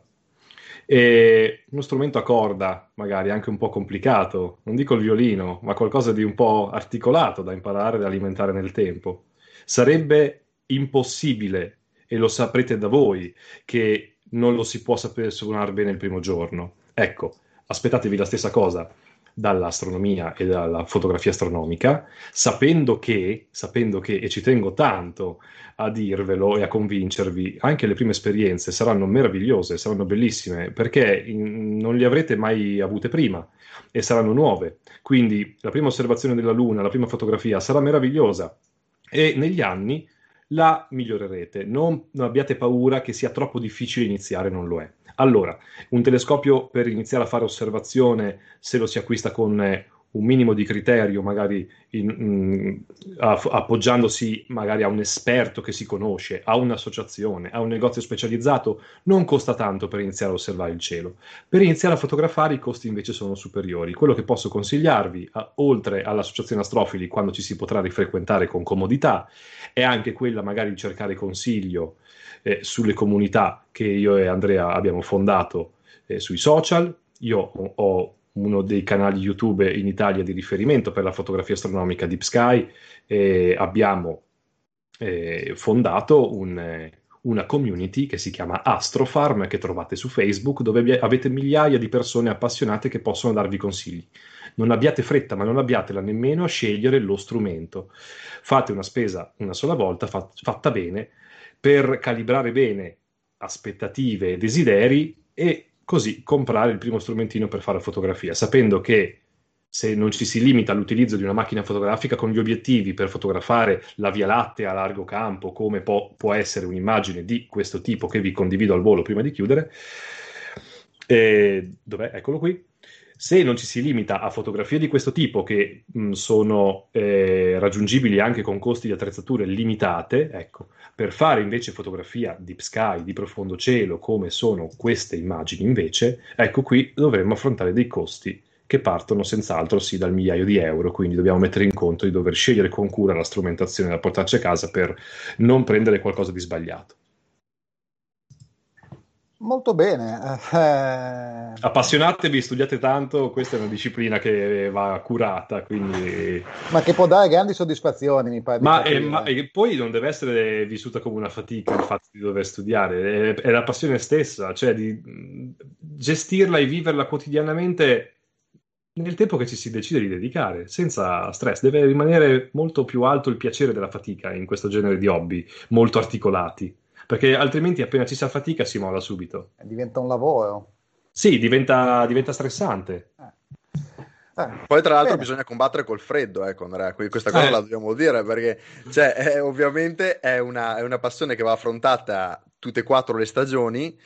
E uno strumento a corda, magari anche un po' complicato, non dico il violino, ma qualcosa di un po' articolato da imparare e da alimentare nel tempo. Sarebbe impossibile, e lo saprete da voi, che non lo si può sapere suonare bene il primo giorno. Ecco, aspettatevi la stessa cosa dall'astronomia e dalla fotografia astronomica, sapendo che, sapendo che, e ci tengo tanto a dirvelo e a convincervi, anche le prime esperienze saranno meravigliose, saranno bellissime, perché in, non le avrete mai avute prima e saranno nuove. Quindi la prima osservazione della Luna, la prima fotografia sarà meravigliosa e negli anni la migliorerete. Non, non abbiate paura che sia troppo difficile iniziare, non lo è. Allora, un telescopio per iniziare a fare osservazione, se lo si acquista con eh, un minimo di criterio, magari in, mh, aff- appoggiandosi magari a un esperto che si conosce, a un'associazione, a un negozio specializzato, non costa tanto per iniziare a osservare il cielo. Per iniziare a fotografare i costi invece sono superiori. Quello che posso consigliarvi, a, oltre all'associazione Astrofili, quando ci si potrà rifrequentare con comodità, è anche quella magari di cercare consiglio eh, sulle comunità che io e Andrea abbiamo fondato eh, sui social. Io ho, ho uno dei canali YouTube in Italia di riferimento per la fotografia astronomica, Deep Sky, e abbiamo eh, fondato un, eh, una community che si chiama Astrofarm, che trovate su Facebook, dove vi- avete migliaia di persone appassionate che possono darvi consigli. Non abbiate fretta, ma non abbiatela nemmeno a scegliere lo strumento. Fate una spesa una sola volta, fat- fatta bene, per calibrare bene aspettative e desideri e così comprare il primo strumentino per fare fotografia, sapendo che se non ci si limita all'utilizzo di una macchina fotografica con gli obiettivi per fotografare la Via Lattea a largo campo, come può, può essere un'immagine di questo tipo che vi condivido al volo prima di chiudere, e, dov'è? Eccolo qui. Se non ci si limita a fotografie di questo tipo, che mh, sono eh, raggiungibili anche con costi di attrezzature limitate, ecco, per fare invece fotografia deep sky, di profondo cielo, come sono queste immagini invece, ecco qui dovremmo affrontare dei costi che partono senz'altro sì dal migliaio di euro, quindi dobbiamo mettere in conto di dover scegliere con cura la strumentazione da portarci a casa per non prendere qualcosa di sbagliato. Molto bene. Eh, Appassionatevi, studiate tanto, questa è una disciplina che va curata, quindi... ma che può dare grandi soddisfazioni, mi pare di Ma, eh, capire. ma e poi non deve essere vissuta come una fatica il fatto di dover studiare, è, è la passione stessa, cioè di mh, gestirla e viverla quotidianamente nel tempo che ci si decide di dedicare, senza stress. Deve rimanere molto più alto il piacere della fatica in questo genere di hobby, molto articolati, perché altrimenti appena ci si affatica si molla subito. Diventa un lavoro. Sì, diventa, diventa stressante. Eh. Eh, Poi tra l'altro bene. bisogna combattere col freddo, ecco Andrea, questa cosa Eh. la dobbiamo dire perché cioè, è, ovviamente è una, è una passione che va affrontata tutte e quattro le stagioni,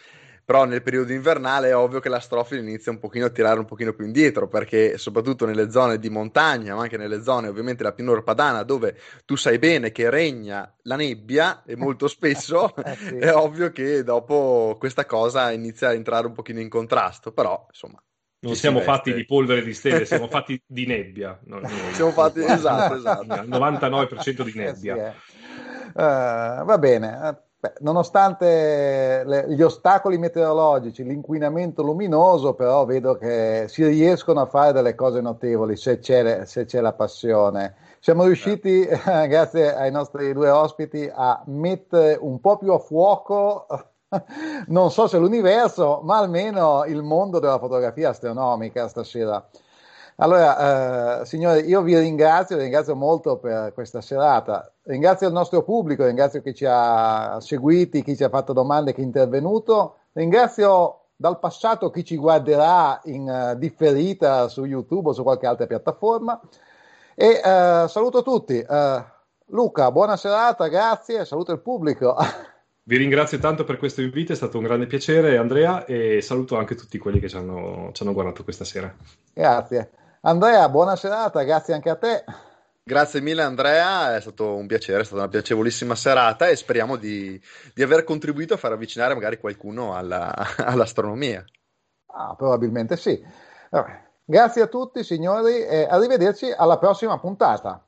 Però nel periodo invernale è ovvio che l'astrofilo inizia un pochino a tirare un pochino più indietro, perché soprattutto nelle zone di montagna, ma anche nelle zone ovviamente la pianura padana, dove tu sai bene che regna la nebbia e molto spesso Eh, sì. è ovvio che dopo questa cosa inizia a entrare un pochino in contrasto, però insomma Non ci si siamo veste. fatti di polvere di stelle, siamo fatti di nebbia. No, noi. Siamo fatti, esatto, esatto. Il novantanove per cento di Eh sì, nebbia. eh. Eh, va bene. Eh, beh, nonostante le- gli ostacoli meteorologici, l'inquinamento luminoso, però vedo che si riescono a fare delle cose notevoli se c'è, se c'è la passione. Siamo riusciti, eh, grazie ai nostri due ospiti, a mettere un po' più a fuoco, non so se l'universo, ma almeno il mondo della fotografia astronomica stasera. Allora, eh, signori, io vi ringrazio, vi ringrazio molto per questa serata. Ringrazio il nostro pubblico, ringrazio chi ci ha seguiti, chi ci ha fatto domande, chi è intervenuto. Ringrazio dal passato chi ci guarderà in uh, differita su YouTube o su qualche altra piattaforma. E uh, saluto tutti. Uh, Luca, buona serata, grazie, saluto il pubblico. Vi ringrazio tanto per questo invito, è stato un grande piacere, Andrea, e saluto anche tutti quelli che ci hanno, ci hanno guardato questa sera. Grazie. Andrea, buona serata, grazie anche a te. Grazie mille Andrea, è stato un piacere, è stata una piacevolissima serata e speriamo di, di aver contribuito a far avvicinare magari qualcuno alla, all'astronomia. Ah, probabilmente sì. Vabbè. Grazie a tutti signori e arrivederci alla prossima puntata.